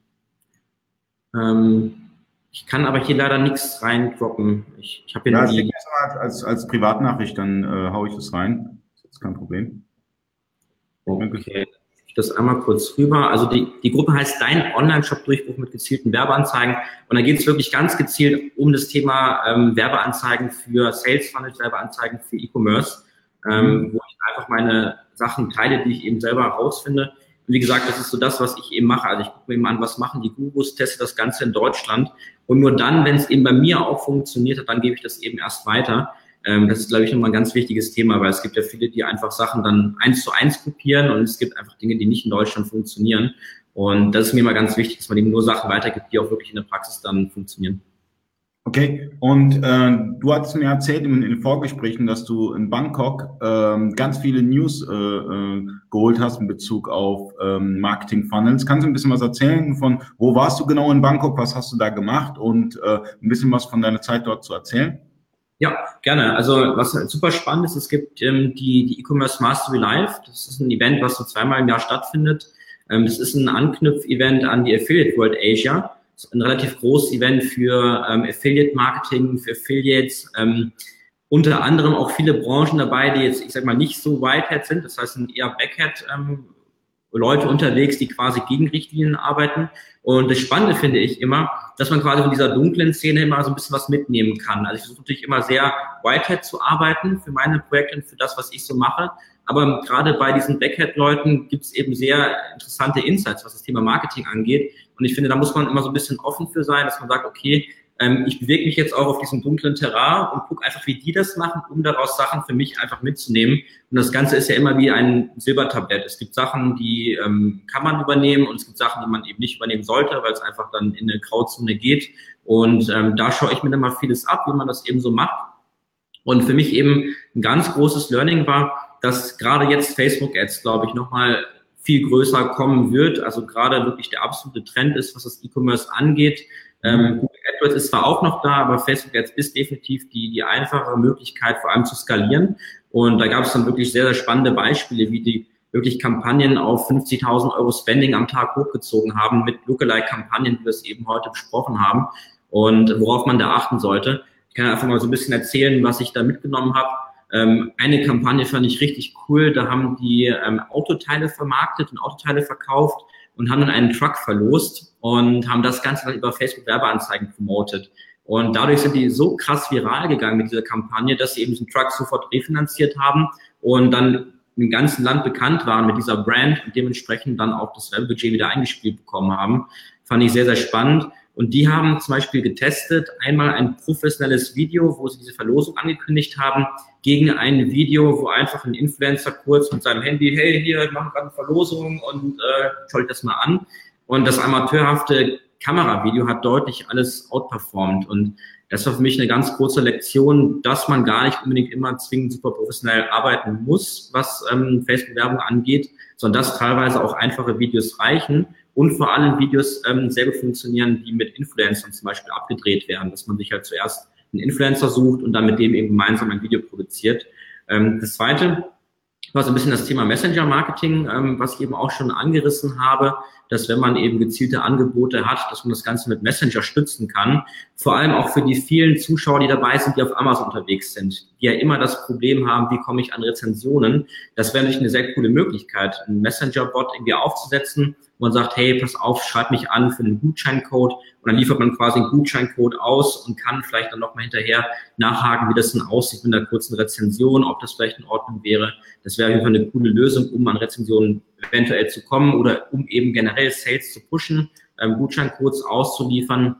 Ich kann aber hier leider nichts reindroppen. Ich habe hier die als Privatnachricht, dann haue ich das rein. Das ist kein Problem. Okay. Das einmal kurz rüber. Also die Gruppe heißt Dein Online-Shop Durchbruch mit gezielten Werbeanzeigen. Und da geht es wirklich ganz gezielt um das Thema Werbeanzeigen für Sales Funnels, Werbeanzeigen für E-Commerce, wo ich einfach meine Sachen teile, die ich eben selber herausfinde. Und wie gesagt, das ist so das, was ich eben mache. Also ich gucke mir eben an, was machen die Gurus, teste das Ganze in Deutschland. Und nur dann, wenn es eben bei mir auch funktioniert hat, dann gebe ich das eben erst weiter. Das ist, glaube ich, nochmal ein ganz wichtiges Thema, weil es gibt ja viele, die einfach Sachen dann 1:1 kopieren und es gibt einfach Dinge, die nicht in Deutschland funktionieren. Und das ist mir immer ganz wichtig, dass man eben nur Sachen weitergibt, die auch wirklich in der Praxis dann funktionieren. Okay, und du hattest mir erzählt in den Vorgesprächen, dass du in Bangkok ganz viele News geholt hast in Bezug auf Marketing Funnels. Kannst du ein bisschen was erzählen von, wo warst du genau in Bangkok, was hast du da gemacht und ein bisschen was von deiner Zeit dort zu erzählen? Ja, gerne. Also was halt super spannend ist, es gibt die E-Commerce Mastery Live. Das ist ein Event, was so zweimal im Jahr stattfindet. Das ist ein Anknüpf-Event an die Affiliate World Asia. Das ist ein relativ großes Event für Affiliate-Marketing, für Affiliates. Unter anderem auch viele Branchen dabei, die jetzt, ich sag mal, nicht so Whitehat sind. Das heißt, sind eher Blackhat Leute unterwegs, die quasi gegen Richtlinien arbeiten. Und das Spannende finde ich immer, dass man quasi von dieser dunklen Szene immer so ein bisschen was mitnehmen kann. Also ich versuche natürlich immer sehr Whitehat zu arbeiten für meine Projekte und für das, was ich so mache. Aber gerade bei diesen Blackhat-Leuten gibt es eben sehr interessante Insights, was das Thema Marketing angeht. Und ich finde, da muss man immer so ein bisschen offen für sein, dass man sagt, okay, ich bewege mich jetzt auch auf diesem dunklen Terrain und gucke einfach, wie die das machen, um daraus Sachen für mich einfach mitzunehmen. Und das Ganze ist ja immer wie ein Silbertablett. Es gibt Sachen, die kann man übernehmen und es gibt Sachen, die man eben nicht übernehmen sollte, weil es einfach dann in eine Grauzone geht. Und da schaue ich mir dann mal vieles ab, wie man das eben so macht. Und für mich eben ein ganz großes Learning war, dass gerade jetzt Facebook-Ads, glaube ich, nochmal viel größer kommen wird. Also gerade wirklich der absolute Trend ist, was das E-Commerce angeht. Google AdWords ist zwar auch noch da, aber Facebook Ads ist definitiv die einfache Möglichkeit, vor allem zu skalieren. Und da gab es dann wirklich sehr, sehr spannende Beispiele, wie die wirklich Kampagnen auf 50.000 Euro Spending am Tag hochgezogen haben mit Lookalike-Kampagnen, wie wir es eben heute besprochen haben und worauf man da achten sollte. Ich kann einfach mal so ein bisschen erzählen, was ich da mitgenommen habe. Eine Kampagne fand ich richtig cool. Da haben die Autoteile vermarktet und Autoteile verkauft und haben dann einen Truck verlost und haben das Ganze dann über Facebook Werbeanzeigen promotet. Und dadurch sind die so krass viral gegangen mit dieser Kampagne, dass sie eben diesen Truck sofort refinanziert haben und dann im ganzen Land bekannt waren mit dieser Brand und dementsprechend dann auch das Werbebudget wieder eingespielt bekommen haben. Fand ich sehr, sehr spannend. Und die haben zum Beispiel getestet, einmal ein professionelles Video, wo sie diese Verlosung angekündigt haben, gegen ein Video, wo einfach ein Influencer kurz mit seinem Handy, hey, hier, ich mache gerade eine Verlosung und schaut das mal an. Und das amateurhafte Kameravideo hat deutlich alles outperformt. Und das war für mich eine ganz große Lektion, dass man gar nicht unbedingt immer zwingend super professionell arbeiten muss, was Facebook-Werbung angeht, sondern dass teilweise auch einfache Videos reichen. Und vor allem Videos sehr gut funktionieren, die mit Influencern zum Beispiel abgedreht werden, dass man sich halt zuerst einen Influencer sucht und dann mit dem eben gemeinsam ein Video produziert. Das Zweite war so ein bisschen das Thema Messenger-Marketing, was ich eben auch schon angerissen habe, dass wenn man eben gezielte Angebote hat, dass man das Ganze mit Messenger stützen kann. Vor allem auch für die vielen Zuschauer, die dabei sind, die auf Amazon unterwegs sind, die ja immer das Problem haben, wie komme ich an Rezensionen. Das wäre natürlich eine sehr coole Möglichkeit, einen Messenger-Bot irgendwie aufzusetzen, wo man sagt, hey, pass auf, schreib mich an für einen Gutscheincode und dann liefert man quasi einen Gutscheincode aus und kann vielleicht dann nochmal hinterher nachhaken, wie das denn aussieht mit einer kurzen Rezension, ob das vielleicht in Ordnung wäre. Das wäre auf jeden Fall eine coole Lösung, um an Rezensionen eventuell zu kommen oder um eben generell Sales zu pushen, Gutscheincodes auszuliefern.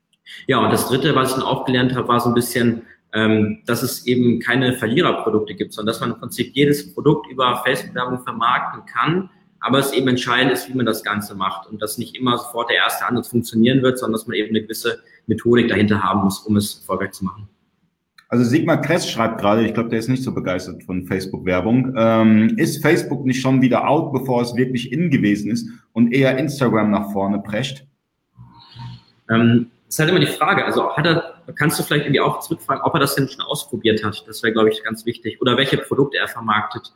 Ja, und das Dritte, was ich dann auch gelernt habe, war so ein bisschen, dass es eben keine Verliererprodukte gibt, sondern dass man im Prinzip jedes Produkt über Facebook-Werbung vermarkten kann, aber es eben entscheidend ist, wie man das Ganze macht und dass nicht immer sofort der erste Ansatz funktionieren wird, sondern dass man eben eine gewisse Methodik dahinter haben muss, um es erfolgreich zu machen. Also Sigmar Kress schreibt gerade, ich glaube, der ist nicht so begeistert von Facebook-Werbung. Ist Facebook nicht schon wieder out, bevor es wirklich in gewesen ist und eher Instagram nach vorne prescht? Ist halt immer die Frage, also kannst du vielleicht irgendwie auch zurückfragen, ob er das denn schon ausprobiert hat? Das wäre, glaube ich, ganz wichtig. Oder welche Produkte er vermarktet.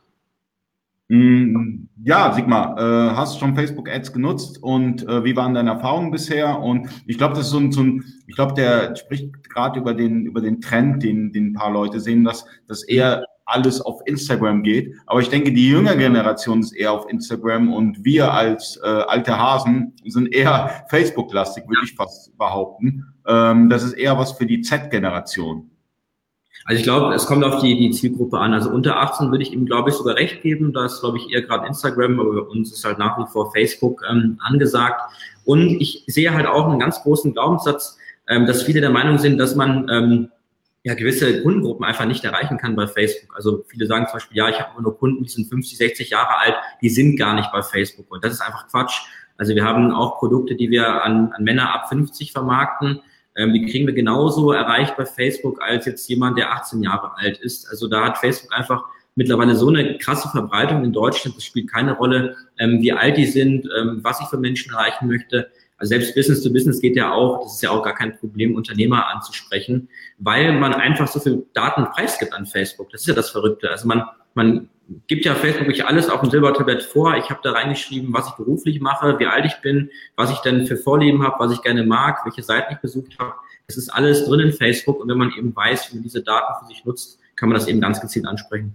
Ja, Sigmar, hast du schon Facebook-Ads genutzt und wie waren deine Erfahrungen bisher? Und ich glaube, das ist ich glaube, der spricht gerade über den Trend, den ein paar Leute sehen, dass eher alles auf Instagram geht. Aber ich denke, die jüngere Generation ist eher auf Instagram und wir als alte Hasen sind eher Facebook-lastig, würde ich fast behaupten. Das ist eher was für die Z-Generation. Also ich glaube, es kommt auf die Zielgruppe an. Also unter 18 würde ich ihm, glaube ich, sogar recht geben. Da ist, glaube ich, eher gerade Instagram, aber bei uns ist halt nach wie vor Facebook angesagt. Und ich sehe halt auch einen ganz großen Glaubenssatz, dass viele der Meinung sind, dass man ja gewisse Kundengruppen einfach nicht erreichen kann bei Facebook. Also viele sagen zum Beispiel, ja, ich habe nur Kunden, die sind 50, 60 Jahre alt, die sind gar nicht bei Facebook. Und das ist einfach Quatsch. Also wir haben auch Produkte, die wir an Männer ab 50 vermarkten. Die kriegen wir genauso erreicht bei Facebook als jetzt jemand, der 18 Jahre alt ist. Also da hat Facebook einfach mittlerweile so eine krasse Verbreitung in Deutschland. Es spielt keine Rolle, wie alt die sind, was ich für Menschen erreichen möchte. Also selbst Business to Business geht ja auch. Das ist ja auch gar kein Problem, Unternehmer anzusprechen, weil man einfach so viel Daten preisgibt an Facebook. Das ist ja das Verrückte. Also man gibt ja Facebook wirklich alles auf dem Silbertablett vor. Ich habe da reingeschrieben, was ich beruflich mache, wie alt ich bin, was ich denn für Vorlieben habe, was ich gerne mag, welche Seiten ich besucht habe. Das ist alles drin in Facebook. Und wenn man eben weiß, wie man diese Daten für sich nutzt, kann man das eben ganz gezielt ansprechen.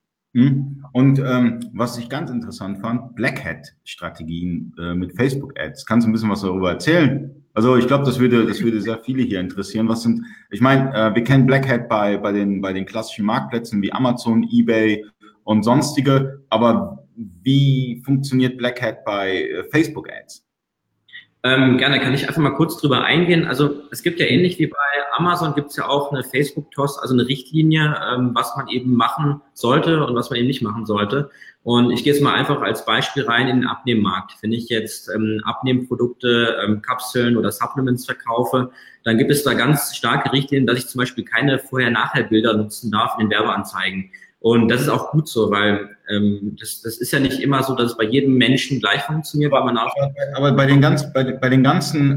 Und was ich ganz interessant fand, Black Hat-Strategien mit Facebook-Ads. Kannst du ein bisschen was darüber erzählen? Also ich glaube, das würde sehr viele hier interessieren. Ich meine, wir kennen Black Hat bei den klassischen Marktplätzen wie Amazon, eBay und sonstige, aber wie funktioniert Black Hat bei Facebook-Ads? Gerne, kann ich einfach mal kurz drüber eingehen. Also es gibt ja ähnlich wie bei Amazon, gibt es ja auch eine Facebook-TOS, also eine Richtlinie, was man eben machen sollte und was man eben nicht machen sollte. Und ich gehe jetzt mal einfach als Beispiel rein in den Abnehmmarkt. Wenn ich jetzt Abnehmprodukte, Kapseln oder Supplements verkaufe, dann gibt es da ganz starke Richtlinien, dass ich zum Beispiel keine Vorher-Nachher-Bilder nutzen darf in den Werbeanzeigen. Und das ist auch gut so, weil das ist ja nicht immer so, dass es bei jedem Menschen gleich funktioniert, weil man auch. Aber bei den ganzen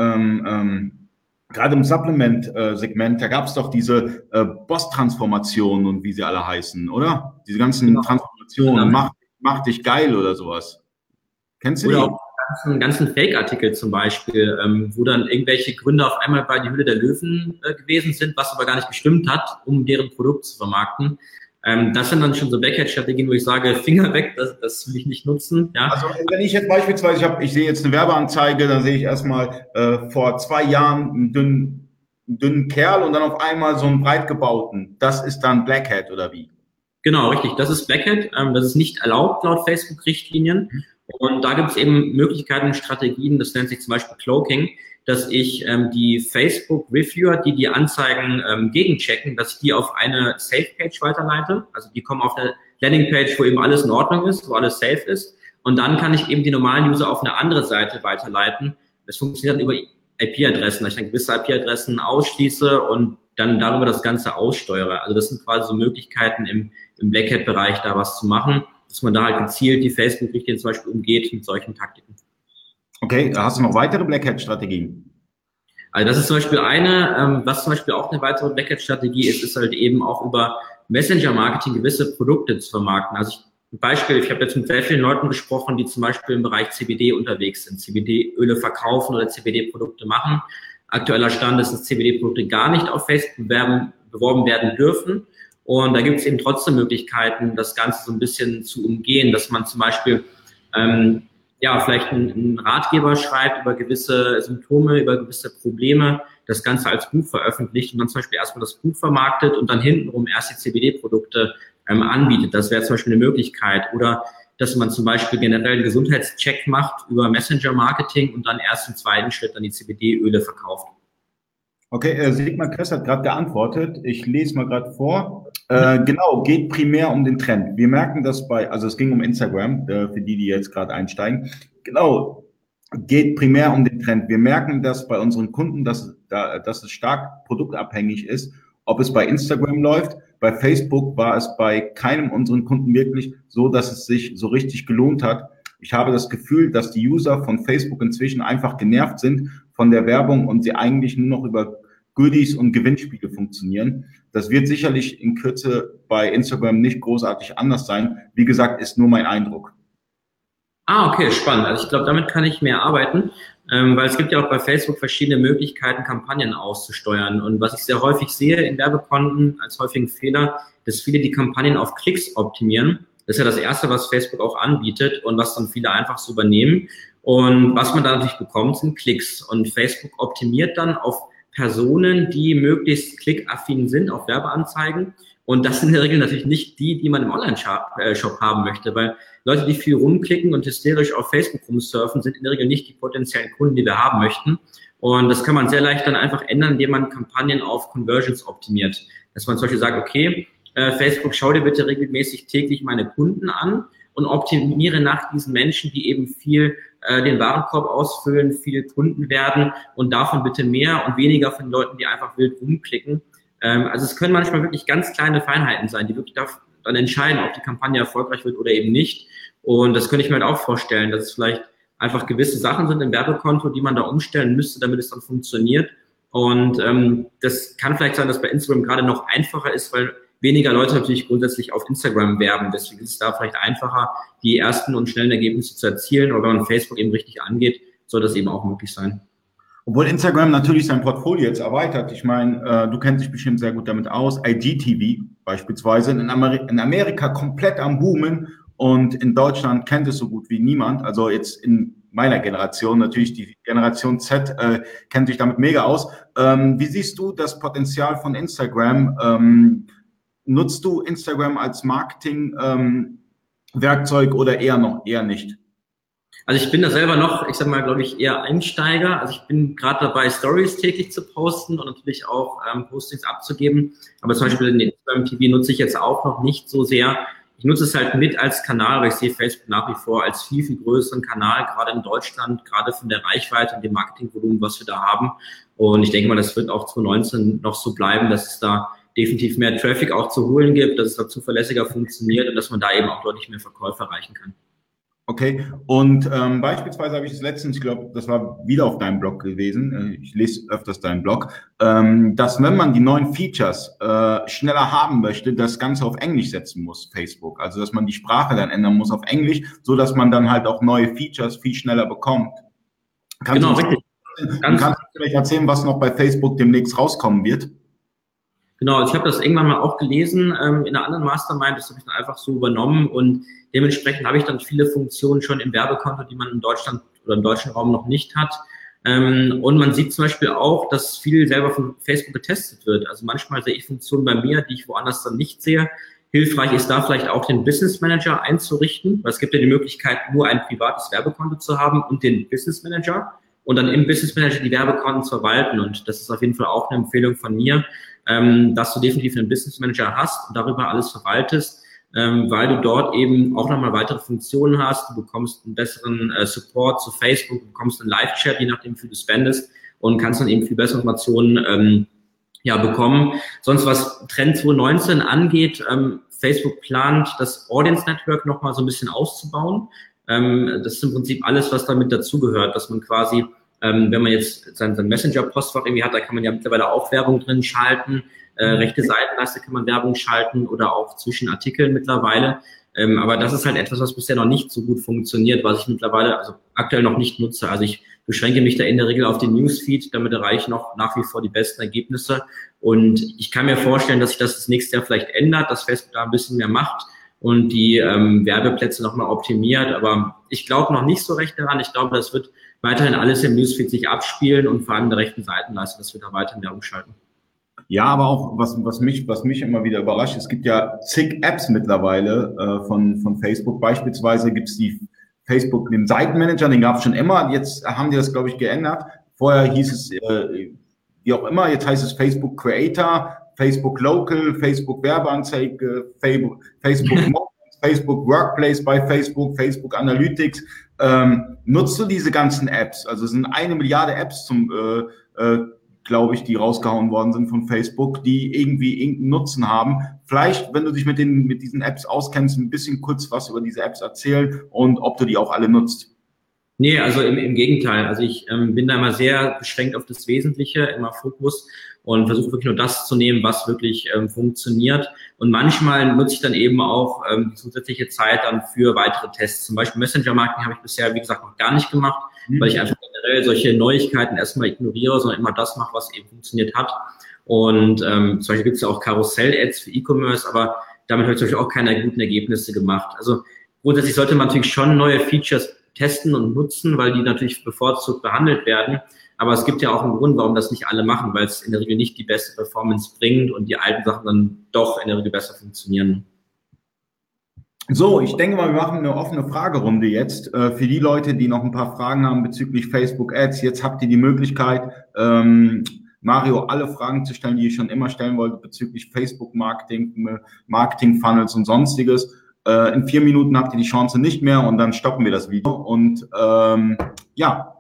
gerade im Supplement-Segment, da gab es doch diese Boss-Transformationen und wie sie alle heißen, oder? Diese ganzen Transformationen, mach dich geil oder sowas. Kennst du die? Oder auch ganzen Fake-Artikel zum Beispiel, wo dann irgendwelche Gründer auf einmal bei die Höhle der Löwen gewesen sind, was aber gar nicht gestimmt hat, um deren Produkt zu vermarkten. Das sind dann schon so Backend-Strategien, wo ich sage, Finger weg, das will ich nicht nutzen. Ja. Also wenn ich jetzt beispielsweise, ich sehe jetzt eine Werbeanzeige, dann sehe ich erstmal vor 2 Jahren einen dünnen Kerl und dann auf einmal so einen breit gebauten. Das ist dann Black Hat oder wie? Genau, richtig. Das ist Black Hat. Das ist nicht erlaubt laut Facebook-Richtlinien. Und da gibt es eben Möglichkeiten, Strategien, das nennt sich zum Beispiel Cloaking, dass ich die Facebook-Reviewer, die Anzeigen gegenchecken, dass ich die auf eine Safe-Page weiterleite. Also die kommen auf eine Landing-Page, wo eben alles in Ordnung ist, wo alles safe ist. Und dann kann ich eben die normalen User auf eine andere Seite weiterleiten. Das funktioniert dann über IP-Adressen, dass ich dann gewisse IP-Adressen ausschließe und dann darüber das Ganze aussteuere. Also das sind quasi so Möglichkeiten im Black Hat-Bereich da was zu machen, dass man da halt gezielt die Facebook-Richtlinien zum Beispiel umgeht mit solchen Taktiken. Okay, hast du noch weitere Black Hat-Strategien? Also das ist zum Beispiel eine, was zum Beispiel auch eine weitere Black Hat-Strategie ist halt eben auch über Messenger-Marketing gewisse Produkte zu vermarkten. Also ein Beispiel, ich habe jetzt mit sehr vielen Leuten gesprochen, die zum Beispiel im Bereich CBD unterwegs sind, CBD-Öle verkaufen oder CBD-Produkte machen. Aktueller Stand ist, dass CBD-Produkte gar nicht auf Facebook beworben werden dürfen. Und da gibt es eben trotzdem Möglichkeiten, das Ganze so ein bisschen zu umgehen, dass man zum Beispiel vielleicht einen Ratgeber schreibt über gewisse Symptome, über gewisse Probleme, das Ganze als Buch veröffentlicht und dann zum Beispiel erstmal das Buch vermarktet und dann hintenrum erst die CBD-Produkte anbietet. Das wäre zum Beispiel eine Möglichkeit. Oder dass man zum Beispiel generell einen Gesundheitscheck macht über Messenger-Marketing und dann erst im zweiten Schritt dann die CBD-Öle verkauft. Okay, Sigmar Kress hat gerade geantwortet. Ich lese mal gerade vor. Genau, geht primär um den Trend. Wir merken das also es ging um Instagram, für die jetzt gerade einsteigen. Genau, geht primär um den Trend. Wir merken das bei unseren Kunden, dass es stark produktabhängig ist, ob es bei Instagram läuft. Bei Facebook war es bei keinem unseren Kunden wirklich so, dass es sich so richtig gelohnt hat. Ich habe das Gefühl, dass die User von Facebook inzwischen einfach genervt sind von der Werbung und sie eigentlich nur noch über Goodies und Gewinnspiele funktionieren. Das wird sicherlich in Kürze bei Instagram nicht großartig anders sein. Wie gesagt, ist nur mein Eindruck. Okay, spannend. Also ich glaube, damit kann ich mehr arbeiten, weil es gibt ja auch bei Facebook verschiedene Möglichkeiten, Kampagnen auszusteuern. Und was ich sehr häufig sehe in Werbekonten als häufigen Fehler, dass viele die Kampagnen auf Klicks optimieren. Das ist ja das Erste, was Facebook auch anbietet und was dann viele einfach so übernehmen. Und was man da natürlich bekommt, sind Klicks. Und Facebook optimiert dann auf Personen, die möglichst klickaffin sind auf Werbeanzeigen. Und das sind in der Regel natürlich nicht die man im Online-Shop haben möchte, weil Leute, die viel rumklicken und hysterisch auf Facebook rumsurfen, sind in der Regel nicht die potenziellen Kunden, die wir haben möchten. Und das kann man sehr leicht dann einfach ändern, indem man Kampagnen auf Conversions optimiert. Dass man zum Beispiel sagt, okay, Facebook, schau dir bitte regelmäßig täglich meine Kunden an und optimiere nach diesen Menschen, die eben viel den Warenkorb ausfüllen, viele Kunden werden und davon bitte mehr und weniger von Leuten, die einfach wild rumklicken. Also es können manchmal wirklich ganz kleine Feinheiten sein, die wirklich dann entscheiden, ob die Kampagne erfolgreich wird oder eben nicht. Und das könnte ich mir halt auch vorstellen, dass es vielleicht einfach gewisse Sachen sind im Werbekonto, die man da umstellen müsste, damit es dann funktioniert. Und das kann vielleicht sein, dass bei Instagram gerade noch einfacher ist, weil weniger Leute natürlich grundsätzlich auf Instagram werben. Deswegen ist es da vielleicht einfacher, die ersten und schnellen Ergebnisse zu erzielen. Aber wenn man Facebook eben richtig angeht, soll das eben auch möglich sein. Obwohl Instagram natürlich sein Portfolio jetzt erweitert. Ich meine, du kennst dich bestimmt sehr gut damit aus. IGTV beispielsweise in Amerika komplett am Boomen und in Deutschland kennt es so gut wie niemand. Also jetzt in meiner Generation, natürlich die Generation Z kennt sich damit mega aus. Wie siehst du das Potenzial von Instagram? Nutzt du Instagram als Marketing oder eher nicht? Also ich bin da selber noch, ich sag mal, glaube ich, eher Einsteiger. Also ich bin gerade dabei, Stories täglich zu posten und natürlich auch Postings abzugeben. Aber zum Beispiel den Instagram TV nutze ich jetzt auch noch nicht so sehr. Ich nutze es halt mit als Kanal, weil ich sehe Facebook nach wie vor als viel, viel größeren Kanal, gerade in Deutschland, gerade von der Reichweite und dem Marketingvolumen, was wir da haben. Und ich denke mal, das wird auch 2019 noch so bleiben, dass es da definitiv mehr Traffic auch zu holen gibt, dass es da zuverlässiger funktioniert und dass man da eben auch deutlich mehr Verkäufe erreichen kann. Okay, und beispielsweise habe ich das letztens, ich glaube, das war wieder auf deinem Blog gewesen, ich lese öfters deinen Blog, dass wenn man die neuen Features schneller haben möchte, das Ganze auf Englisch setzen muss, Facebook. Also dass man die Sprache dann ändern muss auf Englisch, so dass man dann halt auch neue Features viel schneller bekommt. Genau, richtig. Kannst du vielleicht erzählen, was noch bei Facebook demnächst rauskommen wird? Genau, also ich habe das irgendwann mal auch gelesen in einer anderen Mastermind, das habe ich dann einfach so übernommen und dementsprechend habe ich dann viele Funktionen schon im Werbekonto, die man in Deutschland oder im deutschen Raum noch nicht hat. Und man sieht zum Beispiel auch, dass viel selber von Facebook getestet wird. Also manchmal sehe ich Funktionen bei mir, die ich woanders dann nicht sehe. Hilfreich ist da vielleicht auch den Business Manager einzurichten, weil es gibt ja die Möglichkeit, nur ein privates Werbekonto zu haben und den Business Manager und dann im Business Manager die Werbekonten zu verwalten. Und das ist auf jeden Fall auch eine Empfehlung von mir, dass du definitiv einen Business Manager hast und darüber alles verwaltest, weil du dort eben auch nochmal weitere Funktionen hast. Du bekommst einen besseren Support zu Facebook, du bekommst einen Live-Chat, je nachdem, wie viel du spendest und kannst dann eben viel bessere Informationen bekommen. Sonst was Trend 2019 angeht, Facebook plant, das Audience Network nochmal so ein bisschen auszubauen. Das ist im Prinzip alles, was damit dazugehört, dass man quasi wenn man jetzt sein Messenger-Postfach irgendwie hat, da kann man ja mittlerweile auch Werbung drin schalten. Rechte Seitenleiste kann man Werbung schalten oder auch zwischen Artikeln mittlerweile. Aber das ist halt etwas, was bisher noch nicht so gut funktioniert, was ich mittlerweile, also aktuell noch nicht nutze. Also ich beschränke mich da in der Regel auf den Newsfeed, damit erreiche ich noch nach wie vor die besten Ergebnisse. Und ich kann mir vorstellen, dass sich das nächste Jahr vielleicht ändert, dass Facebook da ein bisschen mehr macht und die Werbeplätze nochmal optimiert. Aber ich glaube noch nicht so recht daran. Ich glaube, das wird weiterhin alles im Newsfeed sich abspielen und vor allem in der rechten Seitenleiste, dass wir da weiterhin Werbung schalten. Ja, aber auch, was mich immer wieder überrascht, es gibt ja zig Apps mittlerweile von Facebook. Beispielsweise gibt's Facebook, den Seitenmanager, den gab's schon immer. Jetzt haben die das, glaube ich, geändert. Vorher hieß es, wie auch immer, jetzt heißt es Facebook Creator, Facebook Local, Facebook Werbeanzeige, Facebook Facebook Workplace bei Facebook, Facebook Analytics. Nutzt du diese ganzen Apps? Also es sind 1 Milliarde Apps glaube ich, die rausgehauen worden sind von Facebook, die irgendwie irgendeinen Nutzen haben. Vielleicht, wenn du dich mit diesen Apps auskennst, ein bisschen kurz was über diese Apps erzählen und ob du die auch alle nutzt. Nee, also im Gegenteil. Also ich bin da immer sehr beschränkt auf das Wesentliche, immer Fokus und versuche wirklich nur das zu nehmen, was wirklich funktioniert. Und manchmal nutze ich dann eben auch die zusätzliche Zeit dann für weitere Tests. Zum Beispiel Messenger-Marketing habe ich bisher, wie gesagt, noch gar nicht gemacht, weil ich einfach generell solche Neuigkeiten erstmal ignoriere, sondern immer das mache, was eben funktioniert hat. Und zum Beispiel gibt es ja auch Karussell-Ads für E-Commerce, aber damit habe ich zum Beispiel auch keine guten Ergebnisse gemacht. Also grundsätzlich sollte man natürlich schon neue Features testen und nutzen, weil die natürlich bevorzugt behandelt werden. Aber es gibt ja auch einen Grund, warum das nicht alle machen, weil es in der Regel nicht die beste Performance bringt und die alten Sachen dann doch in der Regel besser funktionieren. So, ich denke mal, wir machen eine offene Fragerunde jetzt. Für die Leute, die noch ein paar Fragen haben bezüglich Facebook Ads, jetzt habt ihr die Möglichkeit, Mario alle Fragen zu stellen, die ihr schon immer stellen wollt bezüglich Facebook Marketing, Marketing Funnels und sonstiges. In 4 Minuten habt ihr die Chance nicht mehr und dann stoppen wir das Video. Und ja.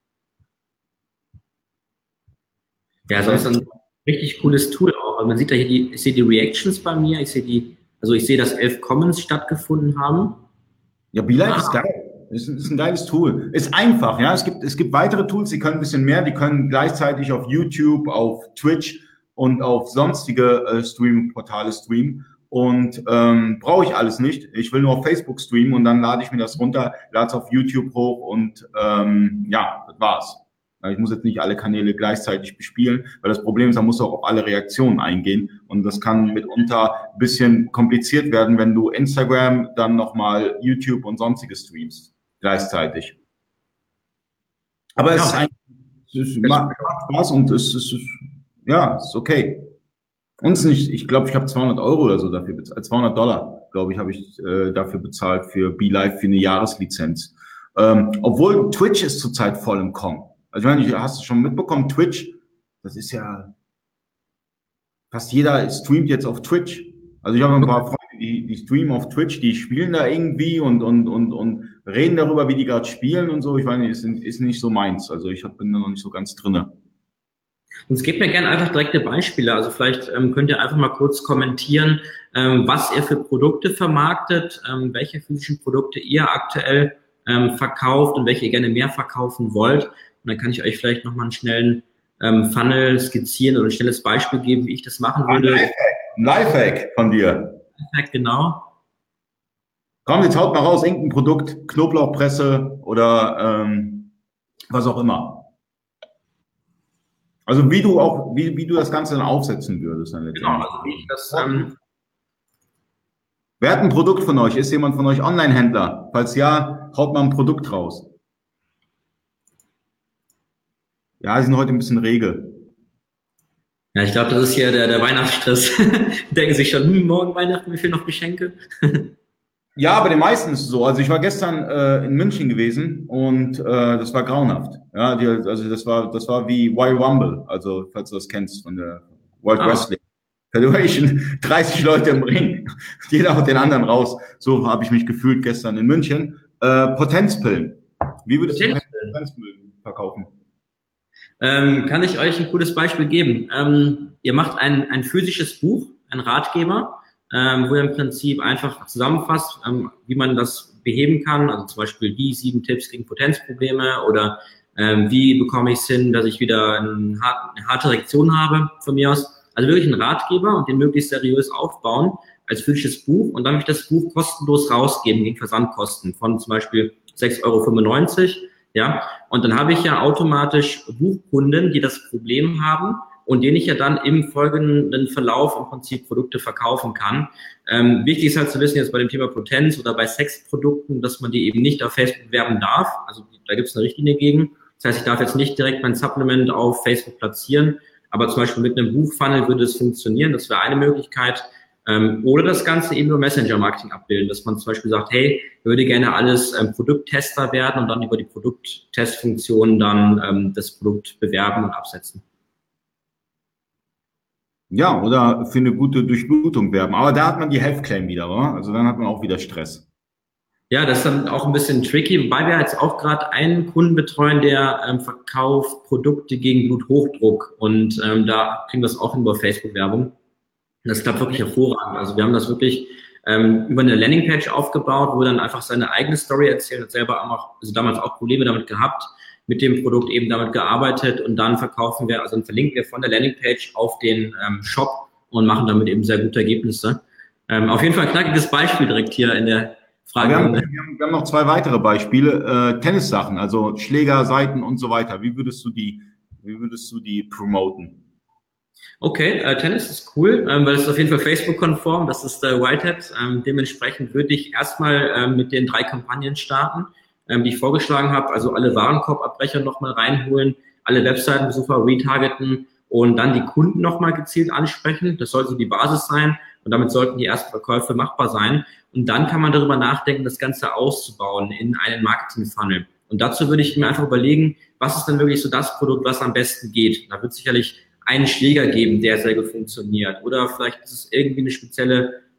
Ja, sonst ein richtig cooles Tool auch. Also man sieht da hier ich sehe die Reactions bei mir, ich sehe, dass 11 Comments stattgefunden haben. Ja, BeLive ist geil. Ist ein geiles Tool. Ist einfach, ja. Es gibt weitere Tools, die können ein bisschen mehr, die können gleichzeitig auf YouTube, auf Twitch und auf sonstige Streaming-Portale streamen. Und brauche ich alles nicht. Ich will nur auf Facebook streamen und dann lade ich mir das runter, lade es auf YouTube hoch und ja, das war's. Ich muss jetzt nicht alle Kanäle gleichzeitig bespielen, weil das Problem ist, da musst du auch auf alle Reaktionen eingehen und das kann mitunter ein bisschen kompliziert werden, wenn du Instagram, dann nochmal YouTube und sonstige streamst gleichzeitig. Aber es macht Spaß und es ist okay. Uns nicht, ich glaube, ich habe 200 Euro oder so dafür bezahlt, $200, glaube ich, habe ich dafür bezahlt für BeLive für eine Jahreslizenz. Obwohl Twitch ist zurzeit voll im Kommen. Also ich meine, hast du schon mitbekommen, Twitch, das ist ja, fast jeder streamt jetzt auf Twitch. Also ich habe ein paar Freunde, die streamen auf Twitch, die spielen da irgendwie und reden darüber, wie die gerade spielen und so. Ich meine, ist nicht so meins. Also ich bin da noch nicht so ganz drinne. Und es gebt mir gerne einfach direkte Beispiele. Also vielleicht könnt ihr einfach mal kurz kommentieren, was ihr für Produkte vermarktet, welche physischen Produkte ihr aktuell verkauft und welche ihr gerne mehr verkaufen wollt. Und dann kann ich euch vielleicht nochmal einen schnellen Funnel skizzieren oder ein schnelles Beispiel geben, wie ich das machen würde. Ein Lifehack von dir. Lifehack, genau. Komm, jetzt haut mal raus, irgendein Produkt, Knoblauchpresse oder was auch immer. Also wie du das Ganze dann aufsetzen würdest. Dann genau, also wie ich das... Wer hat ein Produkt von euch? Ist jemand von euch Online-Händler? Falls ja, haut mal ein Produkt raus. Ja, die sind heute ein bisschen rege. Ja, ich glaube, das ist hier der Weihnachtsstress. Die denken sich schon, morgen Weihnachten, wie viel noch Geschenke? Ja, bei den meisten ist es so. Also ich war gestern in München gewesen und das war grauenhaft. Ja, also das war wie Royal Rumble, also falls du das kennst von der World Wrestling Federation. 30 Leute im Ring, jeder haut den anderen raus. So habe ich mich gefühlt gestern in München. Potenzpillen. Wie würdest du Potenzpillen verkaufen? Kann ich euch ein cooles Beispiel geben. Ihr macht ein physisches Buch, ein Ratgeber, wo ihr im Prinzip einfach zusammenfasst, wie man das beheben kann. Also zum Beispiel die 7 Tipps gegen Potenzprobleme oder wie bekomme ich es hin, dass ich wieder eine harte Erektion habe von mir aus. Also wirklich ein Ratgeber und den möglichst seriös aufbauen als physisches Buch und dann möchte ich das Buch kostenlos rausgeben gegen Versandkosten von zum Beispiel 6,95 €. Ja, und dann habe ich ja automatisch Buchkunden, die das Problem haben und denen ich ja dann im folgenden Verlauf im Prinzip Produkte verkaufen kann. Wichtig ist halt zu wissen, jetzt bei dem Thema Potenz oder bei Sexprodukten, dass man die eben nicht auf Facebook bewerben darf. Also da gibt es eine Richtlinie gegen. Das heißt, ich darf jetzt nicht direkt mein Supplement auf Facebook platzieren, aber zum Beispiel mit einem Buchfunnel würde es funktionieren. Das wäre eine Möglichkeit. Oder das Ganze eben über Messenger-Marketing abbilden, dass man zum Beispiel sagt, hey, ich würde gerne alles Produkttester werden und dann über die Produkttestfunktion dann das Produkt bewerben und absetzen. Ja, oder für eine gute Durchblutung werben. Aber da hat man die Health Claim wieder, oder? Also dann hat man auch wieder Stress. Ja, das ist dann auch ein bisschen tricky, wobei wir jetzt auch gerade einen Kunden betreuen, der verkauft Produkte gegen Bluthochdruck und da kriegen wir das auch über Facebook-Werbung. Das klappt wirklich hervorragend. Also wir haben das wirklich über eine Landingpage aufgebaut, wo er dann einfach seine eigene Story erzählt, hat selber auch, also damals auch Probleme damit gehabt, mit dem Produkt eben damit gearbeitet und dann verkaufen wir, also dann verlinken wir von der Landingpage auf den Shop und machen damit eben sehr gute Ergebnisse. Auf jeden Fall ein knackiges Beispiel direkt hier in der Frage. Wir haben noch 2 weitere Beispiele. Tennissachen, also Schläger, Seiten und so weiter. Wie würdest du die promoten? Okay, Tennis ist cool, weil es ist auf jeden Fall Facebook-konform, das ist der Whitehead. Dementsprechend würde ich erstmal mit den 3 Kampagnen starten, die ich vorgeschlagen habe, also alle Warenkorbabbrecher nochmal reinholen, alle Webseitenbesucher retargeten und dann die Kunden nochmal gezielt ansprechen. Das soll so die Basis sein und damit sollten die ersten Verkäufe machbar sein. Und dann kann man darüber nachdenken, das Ganze auszubauen in einen Marketing-Funnel. Und dazu würde ich mir einfach überlegen, was ist denn wirklich so das Produkt, was am besten geht. Da wird sicherlich einen Schläger geben, der sehr gut funktioniert. Oder vielleicht ist es irgendwie eine spezielle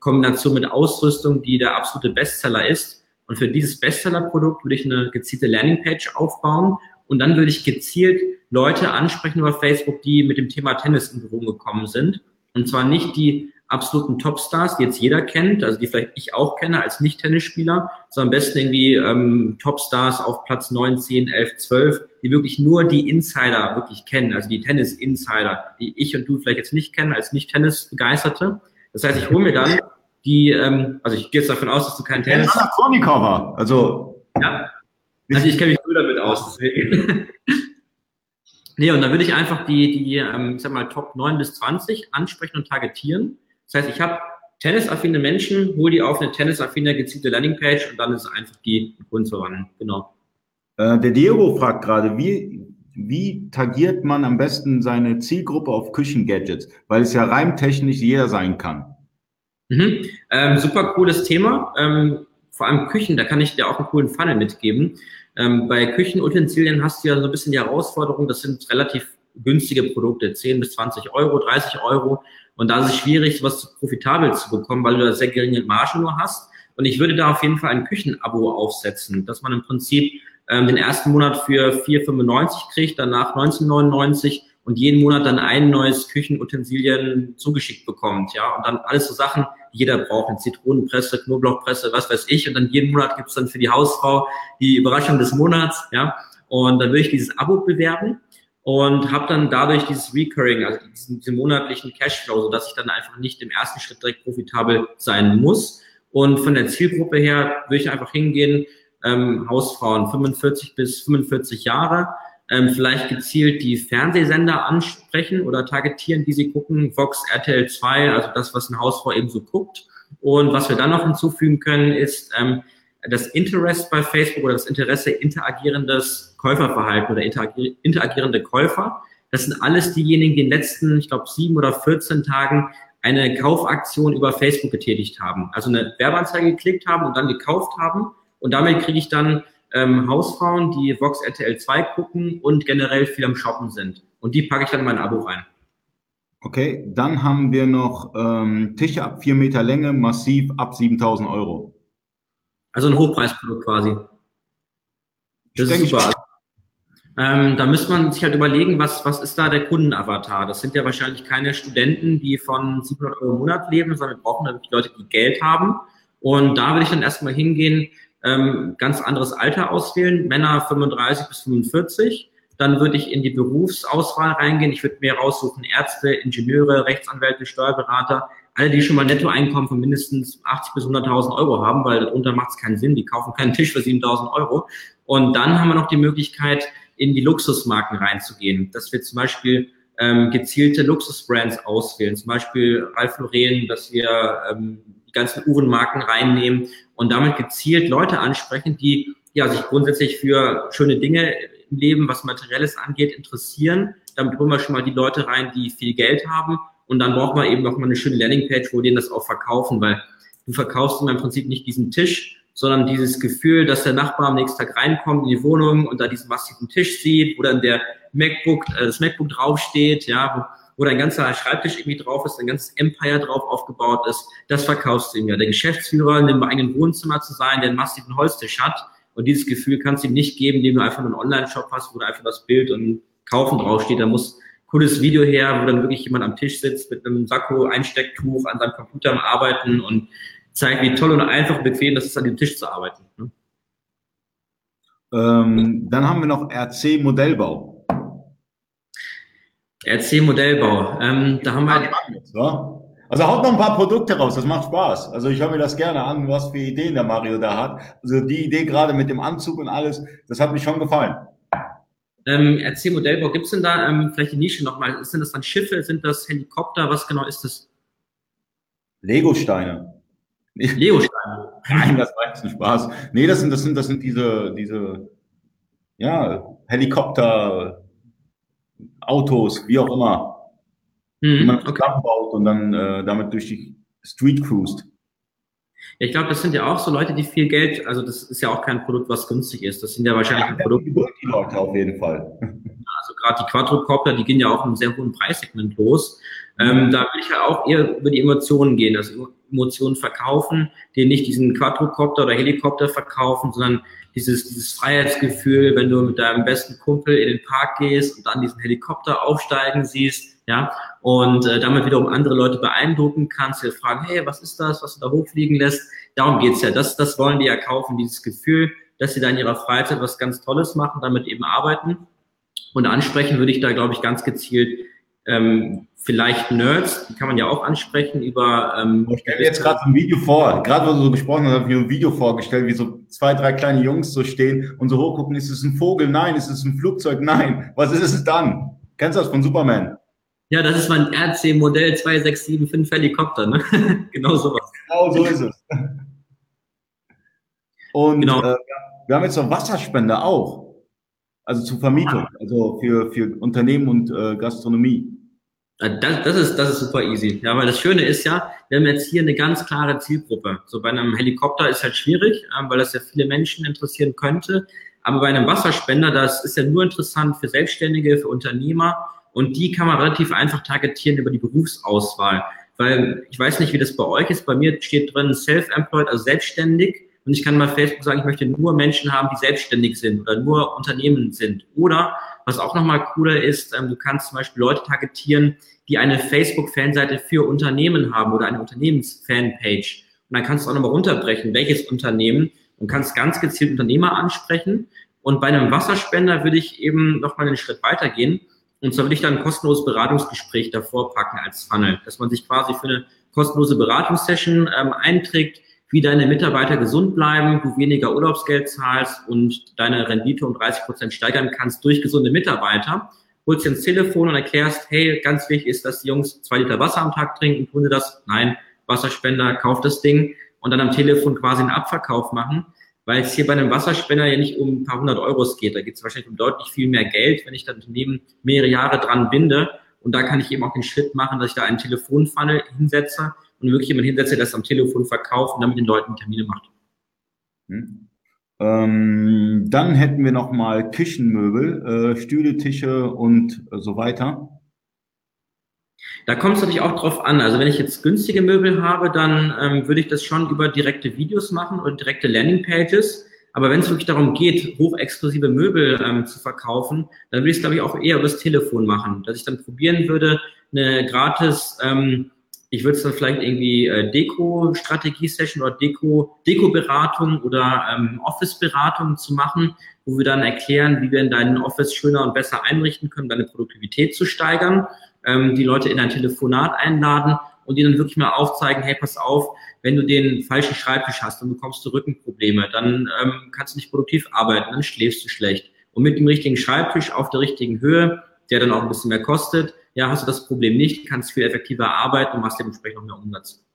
Kombination mit Ausrüstung, die der absolute Bestseller ist. Und für dieses Bestseller-Produkt würde ich eine gezielte Landingpage aufbauen und dann würde ich gezielt Leute ansprechen über Facebook, die mit dem Thema Tennis in Berührung gekommen sind. Und zwar nicht die absoluten Topstars, die jetzt jeder kennt, also die vielleicht ich auch kenne als Nicht-Tennisspieler, sondern am besten irgendwie Topstars auf Platz 9, 10, 11, 12, die wirklich nur die Insider wirklich kennen, also die Tennis-Insider, die ich und du vielleicht jetzt nicht kennen als Nicht-Tennis-Begeisterte. Das heißt, ich hole mir dann die, also ich gehe jetzt davon aus, dass du kein Tennis... Also... Ja, also ich kenne mich nur damit aus, deswegen... Nee, und dann würde ich einfach die ich sag mal, Top 9 bis 20 ansprechen und targetieren. Das heißt, ich habe tennisaffine Menschen, hole die auf eine tennisaffine gezielte Landingpage und dann ist es einfach die Kunden zu verwandeln. Genau. Der Diego fragt gerade, wie tagiert man am besten seine Zielgruppe auf Küchengadgets? Weil es ja reimtechnisch jeder sein kann. Super cooles Thema. Vor allem Küchen, da kann ich dir auch einen coolen Funnel mitgeben. Bei Küchenutensilien hast du ja so ein bisschen die Herausforderung, das sind relativ günstige Produkte, 10 bis 20 Euro, 30 Euro. Und da ist es schwierig, was profitabel zu bekommen, weil du da sehr geringe Margen nur hast. Und ich würde da auf jeden Fall ein Küchenabo aufsetzen, dass man im Prinzip den ersten Monat für 4,95 kriegt, danach 19,99 und jeden Monat dann ein neues Küchenutensilien zugeschickt bekommt. Ja, und dann alles so Sachen, die jeder braucht, eine Zitronenpresse, Knoblauchpresse, was weiß ich. Und dann jeden Monat gibt's dann für die Hausfrau die Überraschung des Monats. Ja, und dann würde ich dieses Abo bewerben und habe dann dadurch dieses Recurring, also diesen monatlichen Cashflow, sodass ich dann einfach nicht im ersten Schritt direkt profitabel sein muss. Und von der Zielgruppe her würde ich einfach hingehen, Hausfrauen 45 bis 45 Jahre, vielleicht gezielt die Fernsehsender ansprechen oder targetieren, die sie gucken, Vox, RTL 2, also das, was eine Hausfrau eben so guckt. Und was wir dann noch hinzufügen können, ist das Interest bei Facebook oder das Interesse interagierendes Käuferverhalten oder interagierende Käufer. Das sind alles diejenigen, die in den letzten, ich glaube, 7 oder 14 Tagen eine Kaufaktion über Facebook getätigt haben. Also eine Werbeanzeige geklickt haben und dann gekauft haben. Und damit kriege ich dann Hausfrauen, die Vox RTL 2 gucken und generell viel am Shoppen sind. Und die packe ich dann in mein Abo rein. Okay, dann haben wir noch Tische ab 4 Meter Länge, massiv ab 7.000 Euro. Also ein Hochpreisprodukt quasi. Das ist super. Da müsste man sich halt überlegen, was ist da der Kundenavatar? Das sind ja wahrscheinlich keine Studenten, die von 700 Euro im Monat leben, sondern wir brauchen natürlich Leute, die Geld haben. Und da würde ich dann erstmal hingehen, ganz anderes Alter auswählen, Männer 35 bis 45. Dann würde ich in die Berufsauswahl reingehen. Ich würde mir raussuchen, Ärzte, Ingenieure, Rechtsanwälte, Steuerberater, alle, die schon mal Nettoeinkommen von mindestens 80 bis 100.000 Euro haben, weil darunter macht es keinen Sinn. Die kaufen keinen Tisch für 7.000 Euro. Und dann haben wir noch die Möglichkeit, in die Luxusmarken reinzugehen, dass wir zum Beispiel gezielte Luxusbrands auswählen, zum Beispiel Ralph Lauren, dass wir die ganzen Uhrenmarken reinnehmen und damit gezielt Leute ansprechen, die ja sich grundsätzlich für schöne Dinge im Leben, was Materielles angeht, interessieren. Damit holen wir schon mal die Leute rein, die viel Geld haben und dann brauchen wir eben noch mal eine schöne Landingpage, wo wir denen das auch verkaufen, weil du verkaufst im Prinzip nicht diesen Tisch, sondern dieses Gefühl, dass der Nachbar am nächsten Tag reinkommt in die Wohnung und da diesen massiven Tisch sieht, wo dann das MacBook draufsteht, ja, wo dein ganzer Schreibtisch irgendwie drauf ist, ein ganzes Empire drauf aufgebaut ist, das verkaufst du ihm ja. Der Geschäftsführer in dem eigenen Wohnzimmer zu sein, der einen massiven Holztisch hat und dieses Gefühl kannst du ihm nicht geben, indem du einfach nur einen Online-Shop hast, wo da einfach das Bild und Kaufen draufsteht. Da muss cooles Video her, wo dann wirklich jemand am Tisch sitzt mit einem Sakko, Einstecktuch an seinem Computer am Arbeiten und zeigt, wie toll und einfach und bequem das ist, an dem Tisch zu arbeiten. Ne? Dann haben wir noch RC Modellbau. RC Modellbau. Da haben wir... Also haut noch ein paar Produkte raus, das macht Spaß. Also ich höre mir das gerne an, was für Ideen der Mario da hat. Also die Idee gerade mit dem Anzug und alles, das hat mich schon gefallen. RC Modellbau, gibt es denn da vielleicht die Nische nochmal? Sind das dann Schiffe, sind das Helikopter, was genau ist das? Lego-Steine. Lego-Steine. Nein, das war jetzt ein Spaß. Nee, das sind diese, ja, Helikopter, Autos, wie auch immer, die man zusammenbaut und dann damit durch die Street cruist. Ja, ich glaube, das sind ja auch so Leute, die viel Geld, also das ist ja auch kein Produkt, was günstig ist. Das sind ja wahrscheinlich Produkte. Die Leute auf jeden Fall. Also gerade die Quadrocopter, die gehen ja auch in einem sehr hohen Preissegment los. Da will ich ja auch eher über die Emotionen gehen, also Emotionen verkaufen, denen nicht diesen Quadrocopter oder Helikopter verkaufen, sondern dieses Freiheitsgefühl, wenn du mit deinem besten Kumpel in den Park gehst und dann diesen Helikopter aufsteigen siehst, ja, und damit wiederum andere Leute beeindrucken kannst, dir fragen, hey, was ist das, was du da hochfliegen lässt? Darum geht's ja. Das wollen die ja kaufen, dieses Gefühl, dass sie da in ihrer Freizeit was ganz Tolles machen, damit eben arbeiten. Und ansprechen würde ich da, glaube ich, ganz gezielt vielleicht Nerds, die kann man ja auch ansprechen über... ich stelle mir jetzt gerade so ein Video vor, gerade wo du so gesprochen hast, habe ich mir ein Video vorgestellt, wie so 2, 3 kleine Jungs so stehen und so hochgucken, ist es ein Vogel? Nein. Ist es ein Flugzeug? Nein. Was ist es dann? Kennst du das von Superman? Ja, das ist mein RC Modell 2675 Helikopter, ne? Genau sowas. Genau so ist es. Und genau. Wir haben jetzt noch Wasserspender auch. Also zur Vermietung, also für Unternehmen und Gastronomie. Das ist super easy. Ja, weil das Schöne ist ja, wir haben jetzt hier eine ganz klare Zielgruppe. So bei einem Helikopter ist halt schwierig, weil das ja viele Menschen interessieren könnte. Aber bei einem Wasserspender, das ist ja nur interessant für Selbstständige, für Unternehmer. Und die kann man relativ einfach targetieren über die Berufsauswahl. Weil ich weiß nicht, wie das bei euch ist. Bei mir steht drin self-employed, also selbstständig. Und ich kann mal Facebook sagen, ich möchte nur Menschen haben, die selbstständig sind oder nur Unternehmen sind. Oder, was auch nochmal cooler ist, du kannst zum Beispiel Leute targetieren, die eine Facebook-Fanseite für Unternehmen haben oder eine Unternehmens-Fanpage. Und dann kannst du auch nochmal runterbrechen, welches Unternehmen, und kannst ganz gezielt Unternehmer ansprechen. Und bei einem Wasserspender würde ich eben nochmal einen Schritt weitergehen. Und zwar würde ich dann ein kostenloses Beratungsgespräch davor packen als Funnel, dass man sich quasi für eine kostenlose Beratungssession einträgt, wie deine Mitarbeiter gesund bleiben, du weniger Urlaubsgeld zahlst und deine Rendite um 30% steigern kannst durch gesunde Mitarbeiter. Holst dir ins Telefon und erklärst, hey, ganz wichtig ist, dass die Jungs 2 Liter Wasser am Tag trinken. Tun sie das? Nein. Wasserspender, kauft das Ding und dann am Telefon quasi einen Abverkauf machen, weil es hier bei einem Wasserspender ja nicht um ein paar 100 Euros geht. Da geht es wahrscheinlich um deutlich viel mehr Geld, wenn ich das Unternehmen mehrere Jahre dran binde. Und da kann ich eben auch den Schritt machen, dass ich da einen Telefonfunnel hinsetze und wirklich jemand hinsetze, der das am Telefon verkauft und dann mit den Leuten Termine macht. Dann hätten wir nochmal Küchenmöbel, Stühle, Tische und so weiter. Da kommt es natürlich auch drauf an. Also wenn ich jetzt günstige Möbel habe, dann würde ich das schon über direkte Videos machen oder direkte Landingpages. Aber wenn es wirklich darum geht, hochexklusive Möbel zu verkaufen, dann würde ich es, glaube ich, auch eher über das Telefon machen. Dass ich dann probieren würde, eine gratis, ich würde es dann vielleicht irgendwie Deko-Strategie-Session oder Deko-Beratung oder Office-Beratung zu machen, wo wir dann erklären, wie wir in deinem Office schöner und besser einrichten können, deine Produktivität zu steigern, die Leute in ein Telefonat einladen und ihnen wirklich mal aufzeigen, hey, pass auf, wenn du den falschen Schreibtisch hast, dann bekommst du Rückenprobleme, dann kannst du nicht produktiv arbeiten, dann schläfst du schlecht. Und mit dem richtigen Schreibtisch auf der richtigen Höhe, der dann auch ein bisschen mehr kostet, ja, hast du das Problem nicht, kannst viel effektiver arbeiten und hast dementsprechend noch mehr Umsatz.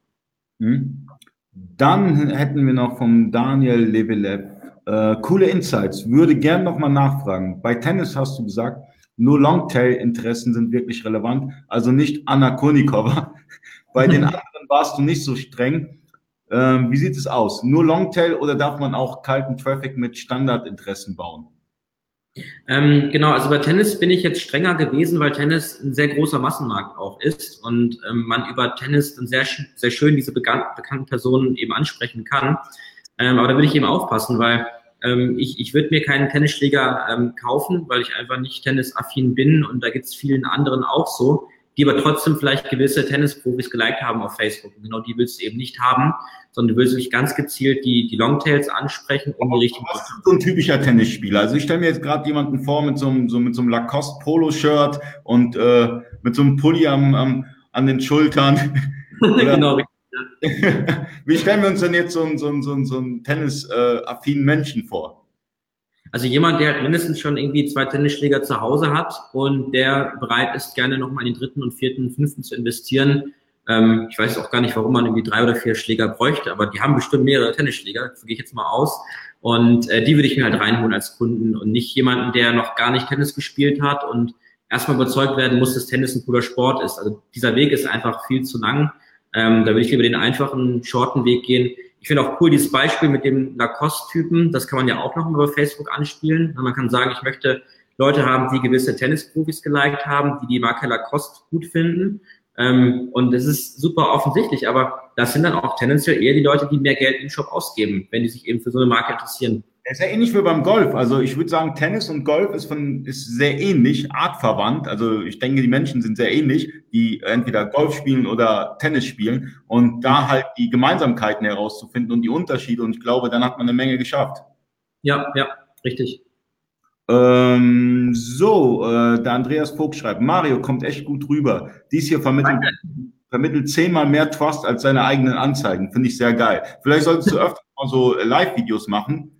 Dann hätten wir noch vom Daniel Levelab coole Insights. Würde gern nochmal nachfragen. Bei Tennis hast du gesagt, nur Longtail-Interessen sind wirklich relevant, also nicht Anna Kournikova. Bei den anderen warst du nicht so streng. Wie sieht es aus? Nur Longtail oder darf man auch kalten Traffic mit Standardinteressen bauen? Genau, also bei Tennis bin ich jetzt strenger gewesen, weil Tennis ein sehr großer Massenmarkt auch ist und man über Tennis dann sehr schön diese bekannten Personen eben ansprechen kann. Aber da will ich eben aufpassen, weil ich würde mir keinen Tennisschläger kaufen, weil ich einfach nicht tennisaffin bin und da gibt es vielen anderen auch so, die aber trotzdem vielleicht gewisse Tennisprofis geliked haben auf Facebook. Und genau die willst du eben nicht haben, sondern du willst wirklich ganz gezielt die Longtails ansprechen, um die richtigen... Was ist so ein typischer Tennisspieler? Also ich stelle mir jetzt gerade jemanden vor mit so einem Lacoste-Polo-Shirt und mit so einem Pulli an den Schultern. Genau. Wie stellen wir uns denn jetzt so einen tennisaffinen Menschen vor? Also jemand, der halt mindestens schon irgendwie 2 Tennisschläger zu Hause hat und der bereit ist, gerne nochmal in den 3., 4., 5. zu investieren. Ich weiß auch gar nicht, warum man irgendwie 3 oder 4 Schläger bräuchte, aber die haben bestimmt mehrere Tennisschläger, gehe ich jetzt mal aus. Und die würde ich mir halt reinholen als Kunden und nicht jemanden, der noch gar nicht Tennis gespielt hat und erstmal überzeugt werden muss, dass Tennis ein cooler Sport ist. Also dieser Weg ist einfach viel zu lang. Da würde ich lieber den einfachen, shorten Weg gehen. Ich finde auch cool dieses Beispiel mit dem Lacoste-Typen. Das kann man ja auch noch über Facebook anspielen. Man kann sagen, ich möchte Leute haben, die gewisse Tennisprofis geliked haben, die Marke Lacoste gut finden. Und das ist super offensichtlich, aber das sind dann auch tendenziell eher die Leute, die mehr Geld im Shop ausgeben, wenn die sich eben für so eine Marke interessieren. Das ist ja ähnlich wie beim Golf. Also ich würde sagen, Tennis und Golf ist sehr ähnlich, artverwandt. Also ich denke, die Menschen sind sehr ähnlich, die entweder Golf spielen oder Tennis spielen und da halt die Gemeinsamkeiten herauszufinden und die Unterschiede. Und ich glaube, dann hat man eine Menge geschafft. Ja, richtig. Der Andreas Vogt schreibt, Mario kommt echt gut rüber. Dies hier vermittelt 10-mal mehr Trust als seine eigenen Anzeigen. Finde ich sehr geil. Vielleicht solltest du öfter mal so Live-Videos machen.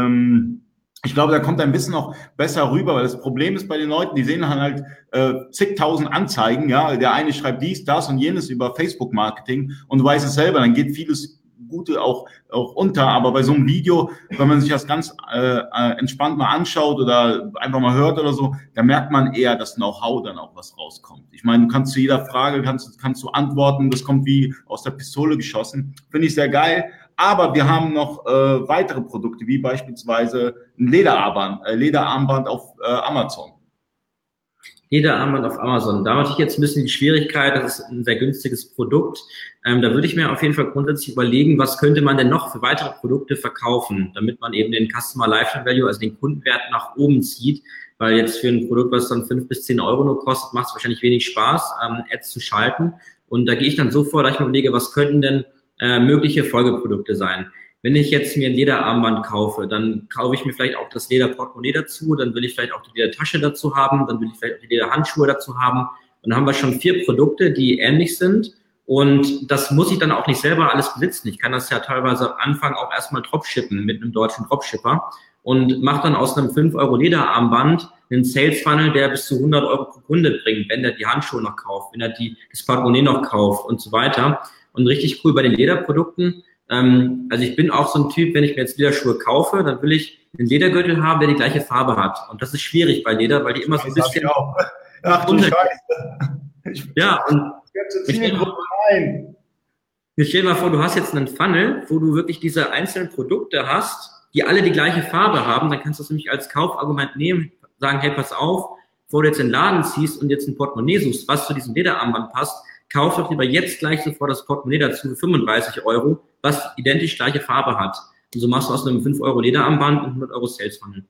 Ich glaube, da kommt dein Wissen auch besser rüber, weil das Problem ist bei den Leuten, die sehen halt zigtausend Anzeigen, ja, der eine schreibt dies, das und jenes über Facebook-Marketing und du weißt es selber, dann geht vieles Gute auch unter, aber bei so einem Video, wenn man sich das ganz entspannt mal anschaut oder einfach mal hört oder so, da merkt man eher, dass Know-how dann auch was rauskommt. Ich meine, du kannst zu jeder Frage, kannst du antworten, das kommt wie aus der Pistole geschossen. Finde ich sehr geil. Aber wir haben noch weitere Produkte, wie beispielsweise ein Lederarmband auf Amazon. Lederarmband auf Amazon. Da hatte ich jetzt ein bisschen die Schwierigkeit, das ist ein sehr günstiges Produkt. Da würde ich mir auf jeden Fall grundsätzlich überlegen, was könnte man denn noch für weitere Produkte verkaufen, damit man eben den Customer Lifetime Value, also den Kundenwert nach oben zieht, weil jetzt für ein Produkt, was dann 5 bis 10 Euro nur kostet, macht es wahrscheinlich wenig Spaß, Ads zu schalten. Und da gehe ich dann so vor, dass ich mir überlege, was könnten denn mögliche Folgeprodukte sein. Wenn ich jetzt mir ein Lederarmband kaufe, dann kaufe ich mir vielleicht auch das Lederportemonnaie dazu, dann will ich vielleicht auch die Ledertasche dazu haben, dann will ich vielleicht auch die Lederhandschuhe dazu haben. Und dann haben wir schon 4 Produkte, die ähnlich sind. Und das muss ich dann auch nicht selber alles besitzen. Ich kann das ja teilweise anfangen, auch erstmal dropshippen mit einem deutschen Dropshipper und mache dann aus einem 5 Euro Lederarmband einen Sales Funnel, der bis zu 100 Euro pro Kunde bringt, wenn der die Handschuhe noch kauft, wenn er das Portemonnaie noch kauft und so weiter. Und richtig cool bei den Lederprodukten. Also ich bin auch so ein Typ, wenn ich mir jetzt Lederschuhe kaufe, dann will ich einen Ledergürtel haben, der die gleiche Farbe hat. Und das ist schwierig bei Leder, weil die immer so ein bisschen... Ach du Scheiße. Ja, und ich stell dir mal vor, du hast jetzt einen Funnel, wo du wirklich diese einzelnen Produkte hast, die alle die gleiche Farbe haben. Dann kannst du das nämlich als Kaufargument nehmen, sagen, hey, pass auf, bevor du jetzt in den Laden ziehst und jetzt ein Portemonnaie suchst, was zu diesem Lederarmband passt, kauf doch lieber jetzt gleich sofort das Portemonnaie dazu für 35 Euro, was identisch gleiche Farbe hat. Und so machst du aus einem 5 Euro Lederarmband und 100 Euro Sales Funnel.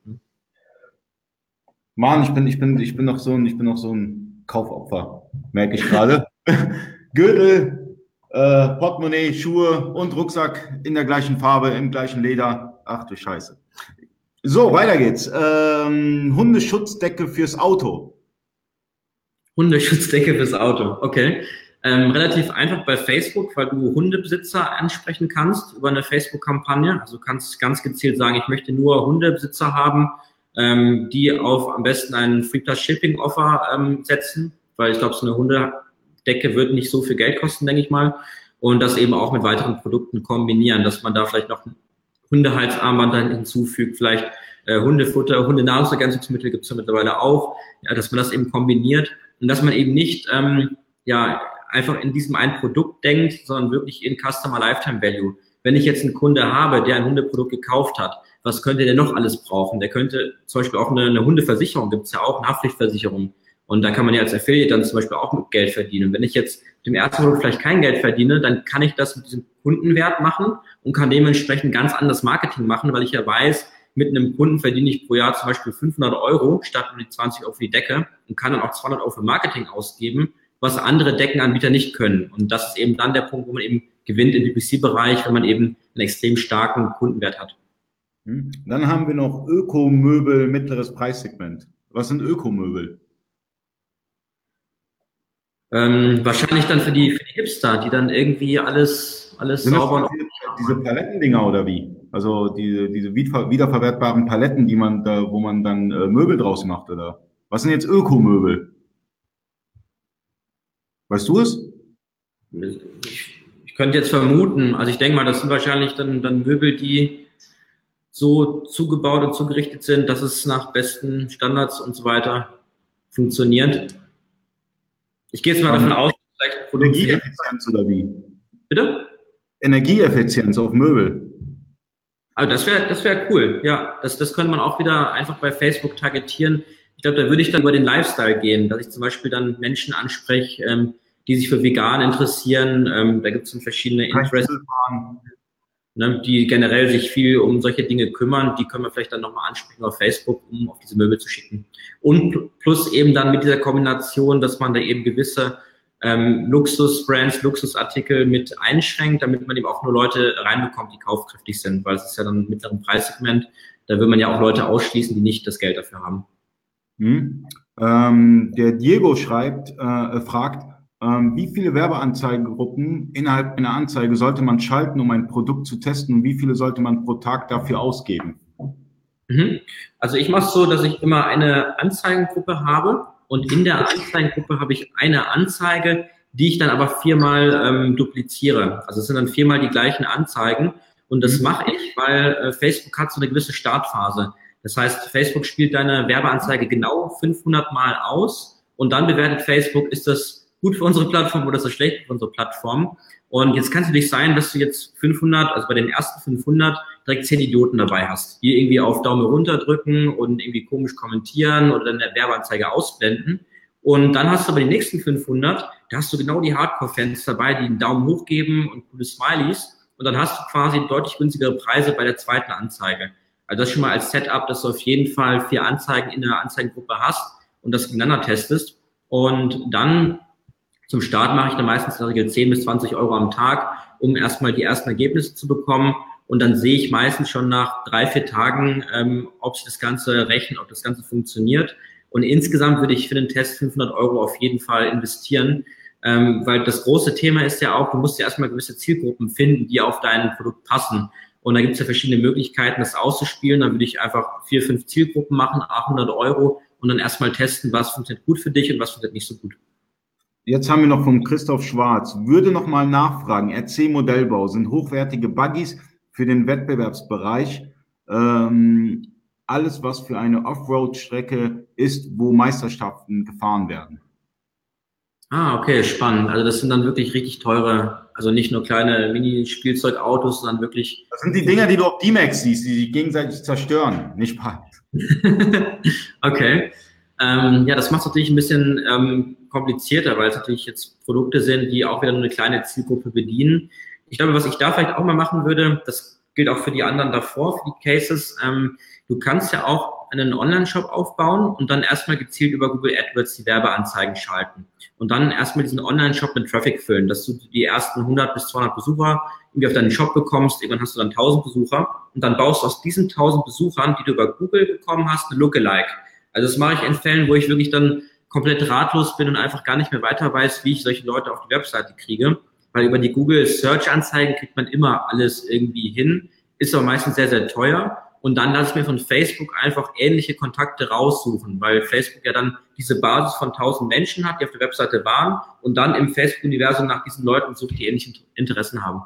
Mann, ich bin noch so ein Kaufopfer, merke ich gerade. Gürtel, Portemonnaie, Schuhe und Rucksack in der gleichen Farbe, im gleichen Leder. Ach du Scheiße. So, weiter geht's. Hundeschutzdecke fürs Auto. Hundeschutzdecke fürs Auto, okay. Relativ einfach bei Facebook, weil du Hundebesitzer ansprechen kannst über eine Facebook-Kampagne. Also du kannst ganz gezielt sagen, ich möchte nur Hundebesitzer haben, die auf am besten einen Free Plus Shipping Offer setzen, weil ich glaube, so eine Hundedecke wird nicht so viel Geld kosten, denke ich mal. Und das eben auch mit weiteren Produkten kombinieren, dass man da vielleicht noch ein Hundehalsarmband dann hinzufügt, vielleicht Hundefutter, Hundenahrungsergänzungsmittel gibt es ja mittlerweile auch, ja, dass man das eben kombiniert und dass man eben nicht einfach in diesem einen Produkt denkt, sondern wirklich in Customer Lifetime Value. Wenn ich jetzt einen Kunde habe, der ein Hundeprodukt gekauft hat, was könnte der noch alles brauchen? Der könnte zum Beispiel auch eine Hundeversicherung, gibt es ja auch, eine Haftpflichtversicherung. Und da kann man ja als Affiliate dann zum Beispiel auch mit Geld verdienen. Und wenn ich jetzt mit dem ersten Produkt vielleicht kein Geld verdiene, dann kann ich das mit diesem Kundenwert machen und kann dementsprechend ganz anderes Marketing machen, weil ich ja weiß, mit einem Kunden verdiene ich pro Jahr zum Beispiel 500 Euro statt nur die 20 Euro für die Decke und kann dann auch 200 Euro für Marketing ausgeben, was andere Deckenanbieter nicht können. Und das ist eben dann der Punkt, wo man eben gewinnt im PPC-Bereich, wenn man eben einen extrem starken Kundenwert hat. Dann haben wir noch Ökomöbel, mittleres Preissegment. Was sind Ökomöbel? Wahrscheinlich dann für die Hipster, die dann irgendwie alles sauber... Diese Palettendinger oder wie? Also diese wiederverwertbaren Paletten, wo man dann Möbel draus macht, oder? Was sind jetzt Ökomöbel? Weißt du es? Ich könnte jetzt vermuten, also ich denke mal, das sind wahrscheinlich dann Möbel, die so zugebaut und zugerichtet sind, dass es nach besten Standards und so weiter funktioniert. Ich gehe jetzt mal davon aus, vielleicht ein Produkt... Energieeffizienz oder wie? Bitte? Energieeffizienz auf Möbel. Also das wäre cool, ja. Das könnte man auch wieder einfach bei Facebook targetieren. Ich glaube, da würde ich dann über den Lifestyle gehen, dass ich zum Beispiel dann Menschen anspreche, die sich für vegan interessieren. Da gibt es dann verschiedene Interests, ne, die generell sich viel um solche Dinge kümmern. Die können wir vielleicht dann nochmal ansprechen auf Facebook, um auf diese Möbel zu schicken. Und plus eben dann mit dieser Kombination, dass man da eben gewisse Luxusbrands, Luxusartikel mit einschränkt, damit man eben auch nur Leute reinbekommt, die kaufkräftig sind, weil es ist ja dann im mittleren Preissegment. Da will man ja auch Leute ausschließen, die nicht das Geld dafür haben. Der Diego fragt, wie viele Werbeanzeigengruppen innerhalb einer Anzeige sollte man schalten, um ein Produkt zu testen, und wie viele sollte man pro Tag dafür ausgeben? Also ich mache es so, dass ich immer eine Anzeigengruppe habe und in der Anzeigengruppe habe ich eine Anzeige, die ich dann aber viermal dupliziere. Also es sind dann viermal die gleichen Anzeigen und das mache ich, weil Facebook hat so eine gewisse Startphase. Das heißt, Facebook spielt deine Werbeanzeige genau 500 Mal aus und dann bewertet Facebook, ist das gut für unsere Plattform oder ist das schlecht für unsere Plattform? Und jetzt kann es natürlich sein, dass du jetzt 500, also bei den ersten 500 direkt 10 Idioten dabei hast, die irgendwie auf Daumen runter drücken und irgendwie komisch kommentieren oder dann der Werbeanzeige ausblenden. Und dann hast du aber die nächsten 500, da hast du genau die Hardcore-Fans dabei, die einen Daumen hoch geben und coole Smileys. Und dann hast du quasi deutlich günstigere Preise bei der zweiten Anzeige. Also das schon mal als Setup, dass du auf jeden Fall 4 Anzeigen in der Anzeigengruppe hast und das gegeneinander testest. Und dann zum Start mache ich dann meistens in der Regel 10 bis 20 Euro am Tag, um erstmal die ersten Ergebnisse zu bekommen. Und dann sehe ich meistens schon nach 3-4 Tagen, ob sich das Ganze rechnet, ob das Ganze funktioniert. Und insgesamt würde ich für den Test 500 Euro auf jeden Fall investieren, weil das große Thema ist ja auch, du musst ja erstmal gewisse Zielgruppen finden, die auf dein Produkt passen. Und da gibt es ja verschiedene Möglichkeiten, das auszuspielen. Dann würde ich einfach 4-5 Zielgruppen machen, 800 Euro und dann erstmal testen, was funktioniert gut für dich und was funktioniert nicht so gut. Jetzt haben wir noch von Christoph Schwarz. Würde noch mal nachfragen, RC-Modellbau sind hochwertige Buggies für den Wettbewerbsbereich. Alles, was für eine Offroad-Strecke ist, wo Meisterschaften gefahren werden. Okay, spannend. Also das sind dann wirklich richtig teure, also nicht nur kleine Mini-Spielzeugautos, sondern wirklich... Das sind die Dinger, die du auf D-Max siehst, die sich gegenseitig zerstören, nicht wahr? Okay. Ja, das macht es natürlich ein bisschen komplizierter, weil es natürlich jetzt Produkte sind, die auch wieder nur eine kleine Zielgruppe bedienen. Ich glaube, was ich da vielleicht auch mal machen würde, das gilt auch für die anderen davor, für die Cases, du kannst ja auch einen Online-Shop aufbauen und dann erstmal gezielt über Google AdWords die Werbeanzeigen schalten und dann erstmal diesen Online-Shop mit Traffic füllen, dass du die ersten 100 bis 200 Besucher irgendwie auf deinen Shop bekommst, irgendwann hast du dann 1000 Besucher und dann baust du aus diesen 1000 Besuchern, die du über Google bekommen hast, eine Lookalike. Also das mache ich in Fällen, wo ich wirklich dann komplett ratlos bin und einfach gar nicht mehr weiter weiß, wie ich solche Leute auf die Webseite kriege. Weil über die Google Search Anzeigen kriegt man immer alles irgendwie hin, ist aber meistens sehr, sehr teuer. Und dann lasse ich mir von Facebook einfach ähnliche Kontakte raussuchen, weil Facebook ja dann diese Basis von 1000 Menschen hat, die auf der Webseite waren und dann im Facebook-Universum nach diesen Leuten sucht, die ähnliche Interessen haben.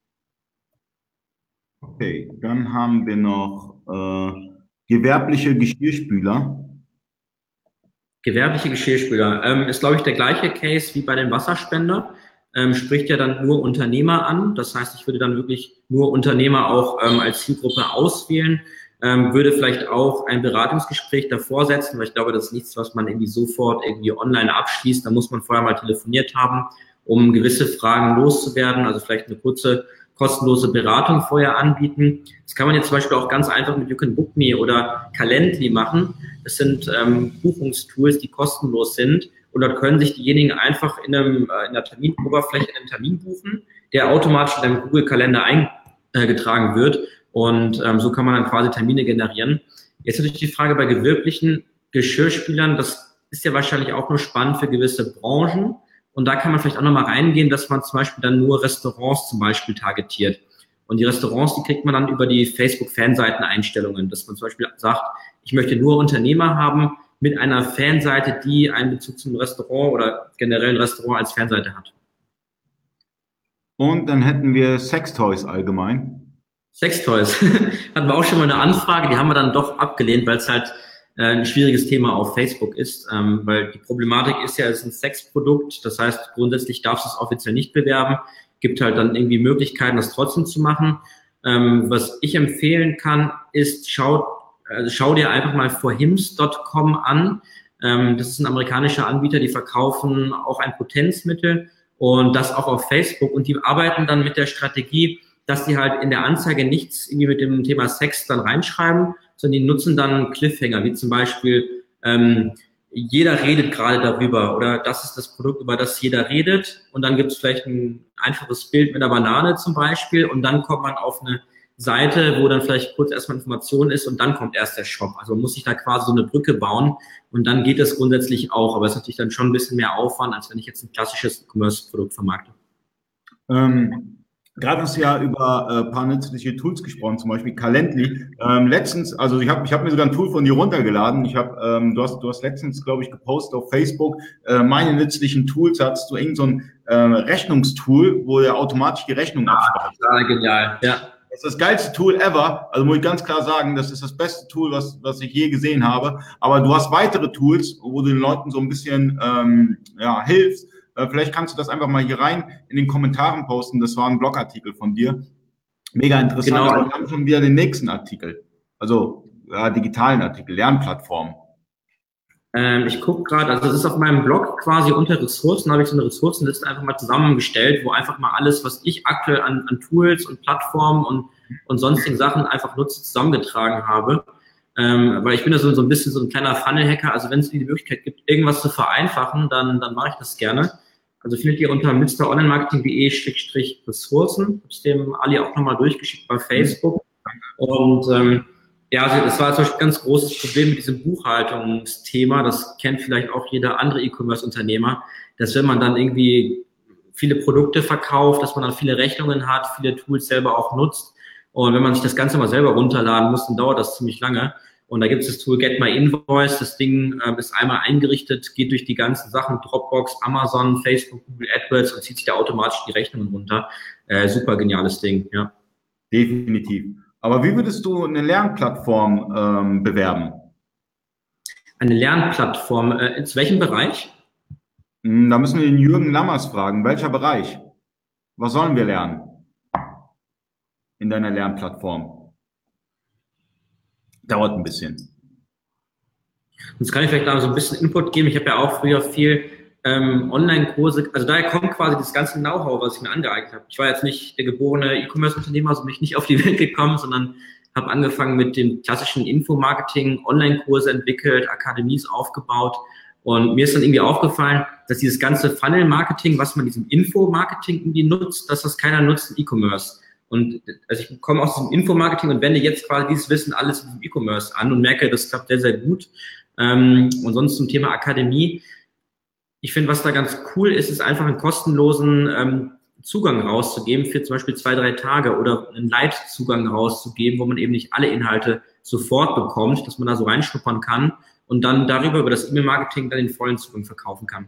Okay, dann haben wir noch gewerbliche Geschirrspüler. Gewerbliche Geschirrspüler ist, glaube ich, der gleiche Case wie bei dem Wasserspender. Spricht ja dann nur Unternehmer an. Das heißt, ich würde dann wirklich nur Unternehmer auch als Zielgruppe auswählen, würde vielleicht auch ein Beratungsgespräch davor setzen, weil ich glaube, das ist nichts, was man irgendwie sofort irgendwie online abschließt. Da muss man vorher mal telefoniert haben, um gewisse Fragen loszuwerden. Also vielleicht eine kurze kostenlose Beratung vorher anbieten. Das kann man jetzt zum Beispiel auch ganz einfach mit You Can Book Me oder Calendly machen. Das sind Buchungstools, die kostenlos sind. Und dort können sich diejenigen einfach in einer Terminoberfläche einen Termin buchen, der automatisch in deinem Google-Kalender eingetragen wird. Und so kann man dann quasi Termine generieren. Jetzt natürlich die Frage bei gewerblichen Geschirrspülern, das ist ja wahrscheinlich auch nur spannend für gewisse Branchen. Und da kann man vielleicht auch nochmal reingehen, dass man zum Beispiel dann nur Restaurants zum Beispiel targetiert. Und die Restaurants, die kriegt man dann über die Facebook-Fanseiten-Einstellungen, dass man zum Beispiel sagt, ich möchte nur Unternehmer haben mit einer Fanseite, die einen Bezug zum Restaurant oder generell ein Restaurant als Fanseite hat. Und dann hätten wir Sextoys allgemein. Sextoys. Hatten wir auch schon mal eine Anfrage, die haben wir dann doch abgelehnt, weil es halt ein schwieriges Thema auf Facebook ist, weil die Problematik ist ja, es ist ein Sexprodukt, das heißt, grundsätzlich darfst du es offiziell nicht bewerben, gibt halt dann irgendwie Möglichkeiten, das trotzdem zu machen. Was ich empfehlen kann, ist, schaut also schau dir einfach mal forhims.com an. Das ist ein amerikanischer Anbieter, die verkaufen auch ein Potenzmittel und das auch auf Facebook. Und die arbeiten dann mit der Strategie, dass die halt in der Anzeige nichts irgendwie mit dem Thema Sex dann reinschreiben, sondern die nutzen dann Cliffhanger, wie zum Beispiel, jeder redet gerade darüber oder das ist das Produkt, über das jeder redet. Und dann gibt es vielleicht ein einfaches Bild mit einer Banane zum Beispiel und dann kommt man auf eine Seite, wo dann vielleicht kurz erstmal Information ist und dann kommt erst der Shop. Also man muss sich da quasi so eine Brücke bauen und dann geht es grundsätzlich auch. Aber es ist natürlich dann schon ein bisschen mehr Aufwand, als wenn ich jetzt ein klassisches E-Commerce-Produkt vermarkte. Gerade hast du ja über ein paar nützliche Tools gesprochen, zum Beispiel Calendly. Letztens, also ich hab mir sogar ein Tool von dir runtergeladen. Du hast letztens, glaube ich, gepostet auf Facebook, meine nützlichen Tools, hattest du irgend so ein Rechnungstool, wo der automatisch die Rechnung abspeichert. Ja, genial, ja. Das ist das geilste Tool ever. Also muss ich ganz klar sagen, das ist das beste Tool, was ich je gesehen habe. Aber du hast weitere Tools, wo du den Leuten so ein bisschen hilfst. Vielleicht kannst du das einfach mal hier rein in den Kommentaren posten. Das war ein Blogartikel von dir. Mega interessant. Genau. Aber wir haben schon wieder den nächsten Artikel. Also digitalen Artikel, Lernplattform. Ich gucke gerade, also das ist auf meinem Blog quasi unter Ressourcen, habe ich so eine Ressourcenliste einfach mal zusammengestellt, wo einfach mal alles, was ich aktuell an Tools und Plattformen und sonstigen Sachen einfach nutze, zusammengetragen habe. Weil ich bin da so ein bisschen so ein kleiner Funnel-Hacker, also wenn es die Möglichkeit gibt, irgendwas zu vereinfachen, dann mache ich das gerne. Also findet ihr unter mronlinemarketing.de/Ressourcen. Ich habe es dem Ali auch nochmal durchgeschickt bei Facebook. Und ja, also das war zum Beispiel ein ganz großes Problem mit diesem Buchhaltungsthema. Das kennt vielleicht auch jeder andere E-Commerce-Unternehmer, dass wenn man dann irgendwie viele Produkte verkauft, dass man dann viele Rechnungen hat, viele Tools selber auch nutzt. Und wenn man sich das Ganze mal selber runterladen muss, dann dauert das ziemlich lange. Und da gibt es das Tool Get My Invoice. Das Ding ist einmal eingerichtet, geht durch die ganzen Sachen, Dropbox, Amazon, Facebook, Google AdWords und zieht sich da automatisch die Rechnungen runter. Super geniales Ding, ja. Definitiv. Aber wie würdest du eine Lernplattform bewerben? Eine Lernplattform, in welchem Bereich? Da müssen wir den Jürgen Lammers fragen. Welcher Bereich? Was sollen wir lernen in deiner Lernplattform? Dauert ein bisschen. Jetzt kann ich vielleicht da so ein bisschen Input geben. Ich habe ja auch früher viel Online-Kurse, also daher kommt quasi das ganze Know-how, was ich mir angeeignet habe. Ich war jetzt nicht der geborene E-Commerce-Unternehmer, also bin ich nicht auf die Welt gekommen, sondern habe angefangen mit dem klassischen Infomarketing, Online-Kurse entwickelt, Akademies aufgebaut und mir ist dann irgendwie aufgefallen, dass dieses ganze Funnel-Marketing, was man diesem Info-Marketing irgendwie nutzt, dass das keiner nutzt in E-Commerce. Und also ich komme aus diesem Infomarketing und wende jetzt quasi dieses Wissen alles in E-Commerce an und merke, das klappt sehr, sehr gut. Und sonst zum Thema Akademie. Ich finde, was da ganz cool ist, ist einfach einen kostenlosen Zugang rauszugeben für zum Beispiel 2-3 Tage oder einen Light-Zugang rauszugeben, wo man eben nicht alle Inhalte sofort bekommt, dass man da so reinschnuppern kann und dann darüber, über das E-Mail-Marketing, dann den vollen Zugang verkaufen kann.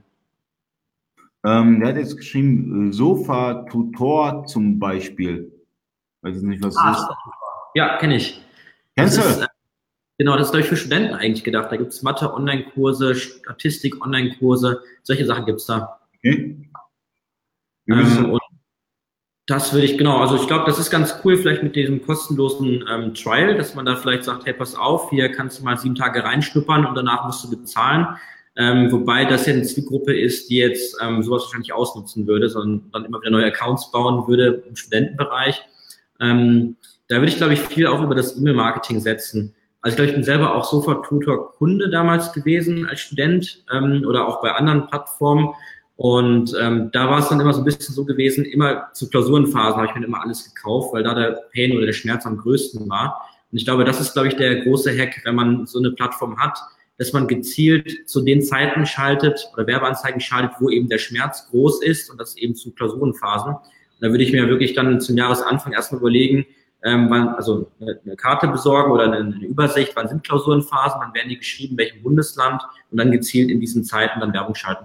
Der hat jetzt geschrieben, Sofa-Tutor zum Beispiel. Weiß ich nicht, was das ist. Ja, kenne ich. Kennst du? Genau, das ist, glaube ich, für Studenten eigentlich gedacht. Da gibt es Mathe-Online-Kurse, Statistik-Online-Kurse, solche Sachen gibt es da. Okay. Und das würde ich, genau, also ich glaube, das ist ganz cool, vielleicht mit diesem kostenlosen Trial, dass man da vielleicht sagt, hey, pass auf, hier kannst du mal 7 Tage reinschnuppern und danach musst du bezahlen. Wobei das ja eine Zielgruppe ist, die jetzt sowas wahrscheinlich ausnutzen würde, sondern dann immer wieder neue Accounts bauen würde im Studentenbereich. Da würde ich, glaube ich, viel auch über das E-Mail-Marketing setzen. Also ich glaube, ich bin selber auch Sofa-Tutor-Kunde damals gewesen als Student oder auch bei anderen Plattformen. Und da war es dann immer so ein bisschen so gewesen, immer zu Klausurenphasen habe ich mir immer alles gekauft, weil da der Pain oder der Schmerz am größten war. Und ich glaube, das ist, glaube ich, der große Hack, wenn man so eine Plattform hat, dass man gezielt zu den Zeiten schaltet oder Werbeanzeigen schaltet, wo eben der Schmerz groß ist und das eben zu Klausurenphasen. Und da würde ich mir wirklich dann zum Jahresanfang erstmal überlegen, also eine Karte besorgen oder eine Übersicht, wann sind Klausurenphasen, wann werden die geschrieben, in welchem Bundesland und dann gezielt in diesen Zeiten dann Werbung schalten.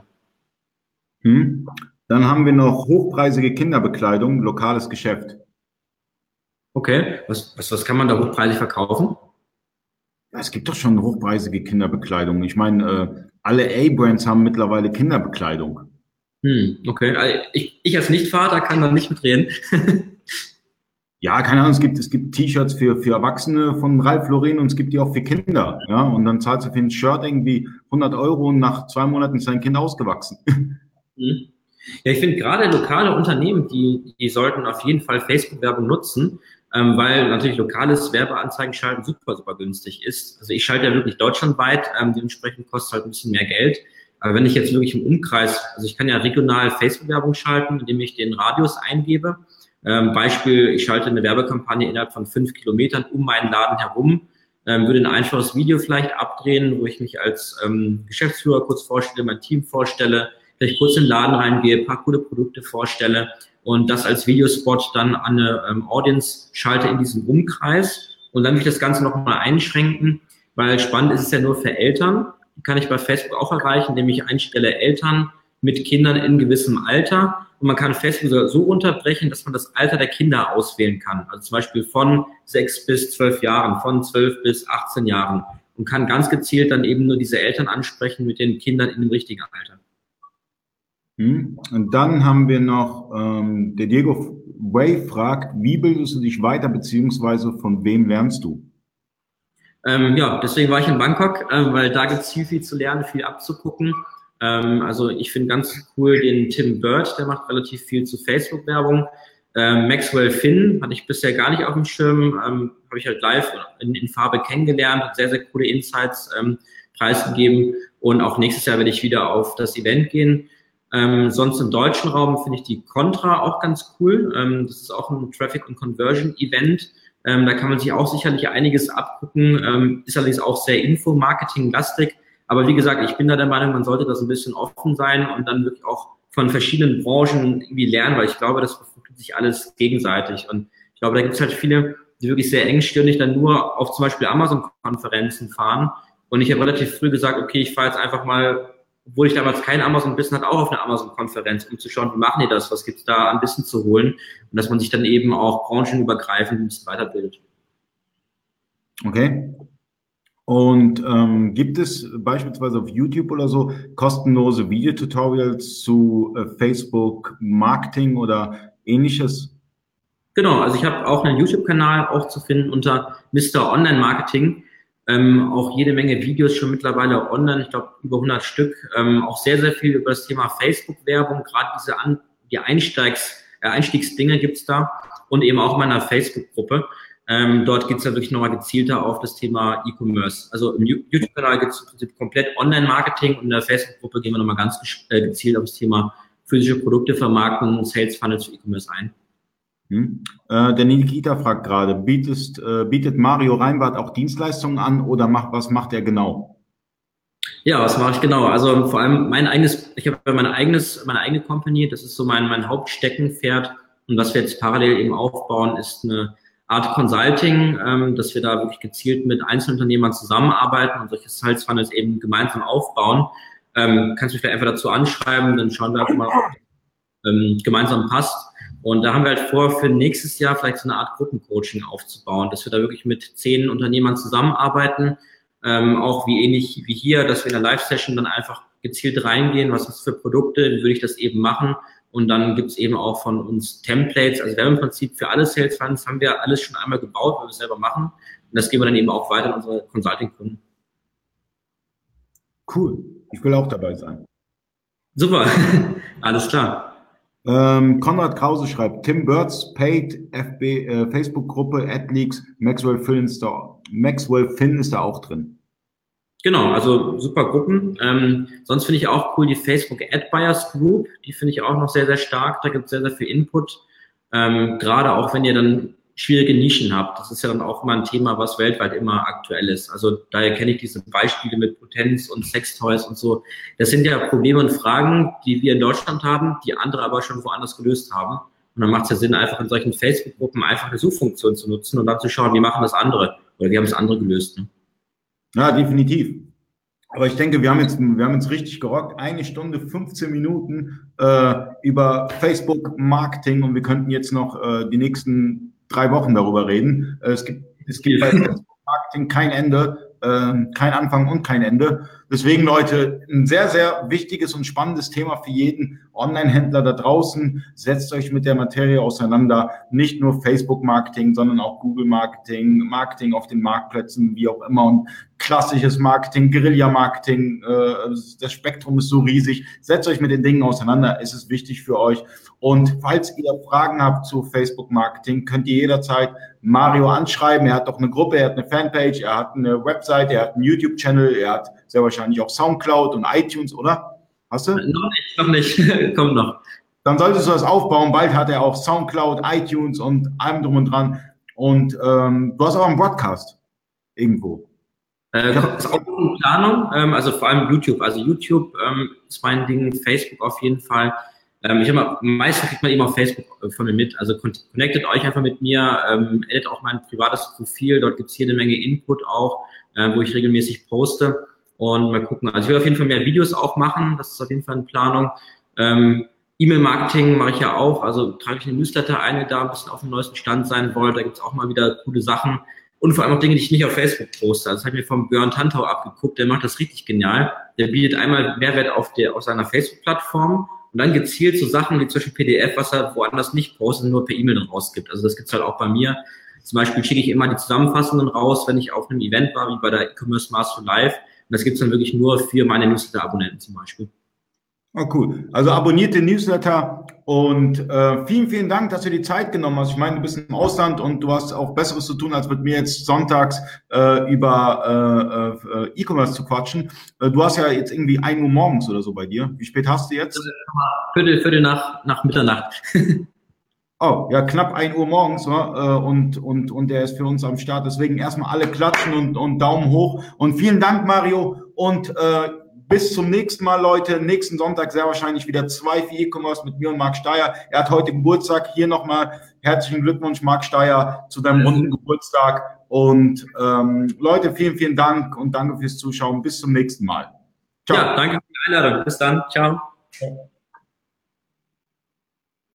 Dann haben wir noch hochpreisige Kinderbekleidung, lokales Geschäft. Okay, was kann man da hochpreisig verkaufen? Es gibt doch schon hochpreisige Kinderbekleidung. Ich meine, alle A-Brands haben mittlerweile Kinderbekleidung. Okay, also ich als Nichtvater kann da nicht mitreden. Ja, keine Ahnung, es gibt T-Shirts für Erwachsene von Ralph Lauren und es gibt die auch für Kinder, ja, und dann zahlst du für ein Shirt irgendwie 100 € und nach 2 Monaten ist dein Kind ausgewachsen. Mhm. Ja, ich finde gerade lokale Unternehmen, die sollten auf jeden Fall Facebook-Werbung nutzen, weil natürlich lokales Werbeanzeigen schalten super, super günstig ist. Also ich schalte ja wirklich deutschlandweit, dementsprechend kostet halt ein bisschen mehr Geld. Aber wenn ich jetzt wirklich im Umkreis, also ich kann ja regional Facebook-Werbung schalten, indem ich den Radius eingebe. Beispiel, ich schalte eine Werbekampagne innerhalb von 5 Kilometern um meinen Laden herum, würde ein einfaches Video vielleicht abdrehen, wo ich mich als Geschäftsführer kurz vorstelle, mein Team vorstelle, vielleicht kurz in den Laden reingehe, ein paar coole Produkte vorstelle und das als Videospot dann an eine Audience schalte in diesem Umkreis. Und dann will ich das Ganze nochmal einschränken, weil spannend ist es ja nur für Eltern. Die kann ich bei Facebook auch erreichen, indem ich einstelle Eltern mit Kindern in gewissem Alter. Und man kann Facebook so unterbrechen, dass man das Alter der Kinder auswählen kann. Also zum Beispiel von 6 bis 12 Jahren, von 12 bis 18 Jahren. Und kann ganz gezielt dann eben nur diese Eltern ansprechen mit den Kindern in dem richtigen Alter. Und dann haben wir noch, der Diego Way fragt, wie bildest du dich weiter, beziehungsweise von wem lernst du? Ja, deswegen war ich in Bangkok, weil da gibt es viel, viel zu lernen, viel abzugucken. Also ich finde ganz cool den Tim Bird, der macht relativ viel zu Facebook-Werbung. Maxwell Finn hatte ich bisher gar nicht auf dem Schirm, habe ich halt live in Farbe kennengelernt, hat sehr, sehr coole Insights preisgegeben und auch nächstes Jahr werde ich wieder auf das Event gehen. Sonst im deutschen Raum finde ich die Contra auch ganz cool. Das ist auch ein Traffic- und Conversion-Event. Da kann man sich auch sicherlich einiges abgucken. Ist allerdings auch sehr Info-Marketing-lastig. Aber wie gesagt, ich bin da der Meinung, man sollte das ein bisschen offen sein und dann wirklich auch von verschiedenen Branchen irgendwie lernen, weil ich glaube, das befruchtet sich alles gegenseitig. Und ich glaube, da gibt es halt viele, die wirklich sehr engstirnig dann nur auf zum Beispiel Amazon-Konferenzen fahren. Und ich habe relativ früh gesagt, okay, ich fahre jetzt einfach mal, obwohl ich damals kein Amazon-Wissen hatte, auch auf eine Amazon-Konferenz, um zu schauen, wie machen die das, was gibt's da an Wissen zu holen und dass man sich dann eben auch branchenübergreifend ein bisschen weiterbildet. Okay. Und gibt es beispielsweise auf YouTube oder so kostenlose Videotutorials zu Facebook Marketing oder ähnliches? Genau, also ich habe auch einen YouTube-Kanal auch zu finden unter Mr. Online Marketing. Auch jede Menge Videos schon mittlerweile online, ich glaube über 100 Stück. Auch sehr, sehr viel über das Thema Facebook-Werbung, gerade die Einstiegsdinge gibt's da und eben auch in meiner Facebook-Gruppe. Dort geht's ja wirklich nochmal gezielter auf das Thema E-Commerce. Also im YouTube-Kanal geht's im Prinzip komplett Online-Marketing und in der Facebook-Gruppe gehen wir nochmal ganz gezielt auf das Thema physische Produkte vermarkten und Sales Funnels für E-Commerce ein. Der Nikita fragt gerade, bietet Mario Reinbart auch Dienstleistungen an oder was macht er genau? Ja, was mache ich genau? Also vor allem ich habe meine eigene Company, das ist so mein Hauptsteckenpferd und was wir jetzt parallel eben aufbauen, ist eine Art Consulting, dass wir da wirklich gezielt mit Einzelunternehmern zusammenarbeiten und solche Sales Funnels eben gemeinsam aufbauen. Kannst du mich vielleicht einfach dazu anschreiben, dann schauen wir einfach mal, ob gemeinsam passt. Und da haben wir halt vor, für nächstes Jahr vielleicht so eine Art Gruppencoaching aufzubauen, dass wir da wirklich mit 10 Unternehmern zusammenarbeiten, auch wie ähnlich wie hier, dass wir in der Live-Session dann einfach gezielt reingehen, was ist für Produkte, wie würde ich das eben machen. Und dann gibt's eben auch von uns Templates, also wir haben im Prinzip für alle Sales Funnels haben wir alles schon einmal gebaut, weil wir es selber machen. Und das geben wir dann eben auch weiter an unsere Consulting-Kunden. Cool, ich will auch dabei sein. Super, alles klar. Konrad Krause schreibt, Tim Birds Paid Facebook-Gruppe, AdLeaks, Maxwell Finn ist da auch drin. Genau, also super Gruppen. Sonst finde ich auch cool die Facebook Ad Buyers Group. Die finde ich auch noch sehr, sehr stark. Da gibt es sehr, sehr viel Input. Gerade auch, wenn ihr dann schwierige Nischen habt. Das ist ja dann auch immer ein Thema, was weltweit immer aktuell ist. Also daher kenne ich diese Beispiele mit Potenz und Sextoys und so. Das sind ja Probleme und Fragen, die wir in Deutschland haben, die andere aber schon woanders gelöst haben. Und dann macht es ja Sinn, einfach in solchen Facebook-Gruppen einfach eine Suchfunktion zu nutzen und dann zu schauen, wie machen das andere oder wie haben es andere gelöst. Ne? Ja, definitiv. Aber ich denke, wir haben jetzt richtig gerockt. 1 Stunde, 15 Minuten über Facebook-Marketing und wir könnten jetzt noch die nächsten 3 Wochen darüber reden. Es gibt bei Facebook-Marketing kein Ende, kein Anfang und kein Ende. Deswegen, Leute, ein sehr, sehr wichtiges und spannendes Thema für jeden Online-Händler da draußen. Setzt euch mit der Materie auseinander. Nicht nur Facebook-Marketing, sondern auch Google-Marketing, Marketing auf den Marktplätzen, wie auch immer. Und klassisches Marketing, Guerilla-Marketing. Das Spektrum ist so riesig. Setzt euch mit den Dingen auseinander. Es ist wichtig für euch. Und falls ihr Fragen habt zu Facebook-Marketing, könnt ihr jederzeit Mario anschreiben. Er hat doch eine Gruppe, er hat eine Fanpage, er hat eine Website, er hat einen YouTube-Channel, er hat sehr wahrscheinlich auch Soundcloud und iTunes, oder? Hast du? Noch nicht. Kommt noch. Dann solltest du das aufbauen. Bald hat er auch Soundcloud, iTunes und allem drum und dran. Und du hast auch einen Podcast irgendwo. Ist auch in Planung, also vor allem YouTube. Also YouTube ist mein Ding, Facebook auf jeden Fall. Meistens kriegt man eben auf Facebook von mir mit. Also connectet euch einfach mit mir, edit auch mein privates Profil. Dort gibt's jede Menge Input auch, wo ich regelmäßig poste. Und mal gucken. Also ich will auf jeden Fall mehr Videos auch machen. Das ist auf jeden Fall in Planung. E-Mail-Marketing mache ich ja auch. Also trage ich eine Newsletter ein, wenn ihr da ein bisschen auf dem neuesten Stand sein wollt. Da gibt's auch mal wieder coole Sachen. Und vor allem auch Dinge, die ich nicht auf Facebook poste. Also das habe ich mir vom Björn Tantau abgeguckt. Der macht das richtig genial. Der bietet einmal Mehrwert auf seiner Facebook-Plattform und dann gezielt so Sachen wie zum Beispiel PDF, was er woanders nicht postet, nur per E-Mail rausgibt. Also das gibt's halt auch bei mir. Zum Beispiel schicke ich immer die Zusammenfassungen raus, wenn ich auf einem Event war, wie bei der E-Commerce Master Live. Und das gibt's dann wirklich nur für meine Newsletter-Abonnenten zum Beispiel. Oh, cool. Also abonniert den Newsletter und vielen, vielen Dank, dass du die Zeit genommen hast. Ich meine, du bist im Ausland und du hast auch Besseres zu tun, als mit mir jetzt sonntags über E-Commerce zu quatschen. Du hast ja jetzt irgendwie 1 Uhr morgens oder so bei dir. Wie spät hast du jetzt? Viertel nach Mitternacht. Oh, ja, knapp 1 Uhr morgens, und der ist für uns am Start. Deswegen erstmal alle klatschen und Daumen hoch. Und vielen Dank, Mario. Und bis zum nächsten Mal, Leute. Nächsten Sonntag sehr wahrscheinlich wieder 2 für E-Commerce mit mir und Marc Steyer. Er hat heute Geburtstag. Hier nochmal herzlichen Glückwunsch, Marc Steyer, zu deinem runden Geburtstag. Und Leute, vielen, vielen Dank und danke fürs Zuschauen. Bis zum nächsten Mal. Ciao. Ja, danke für die Einladung. Bis dann. Ciao.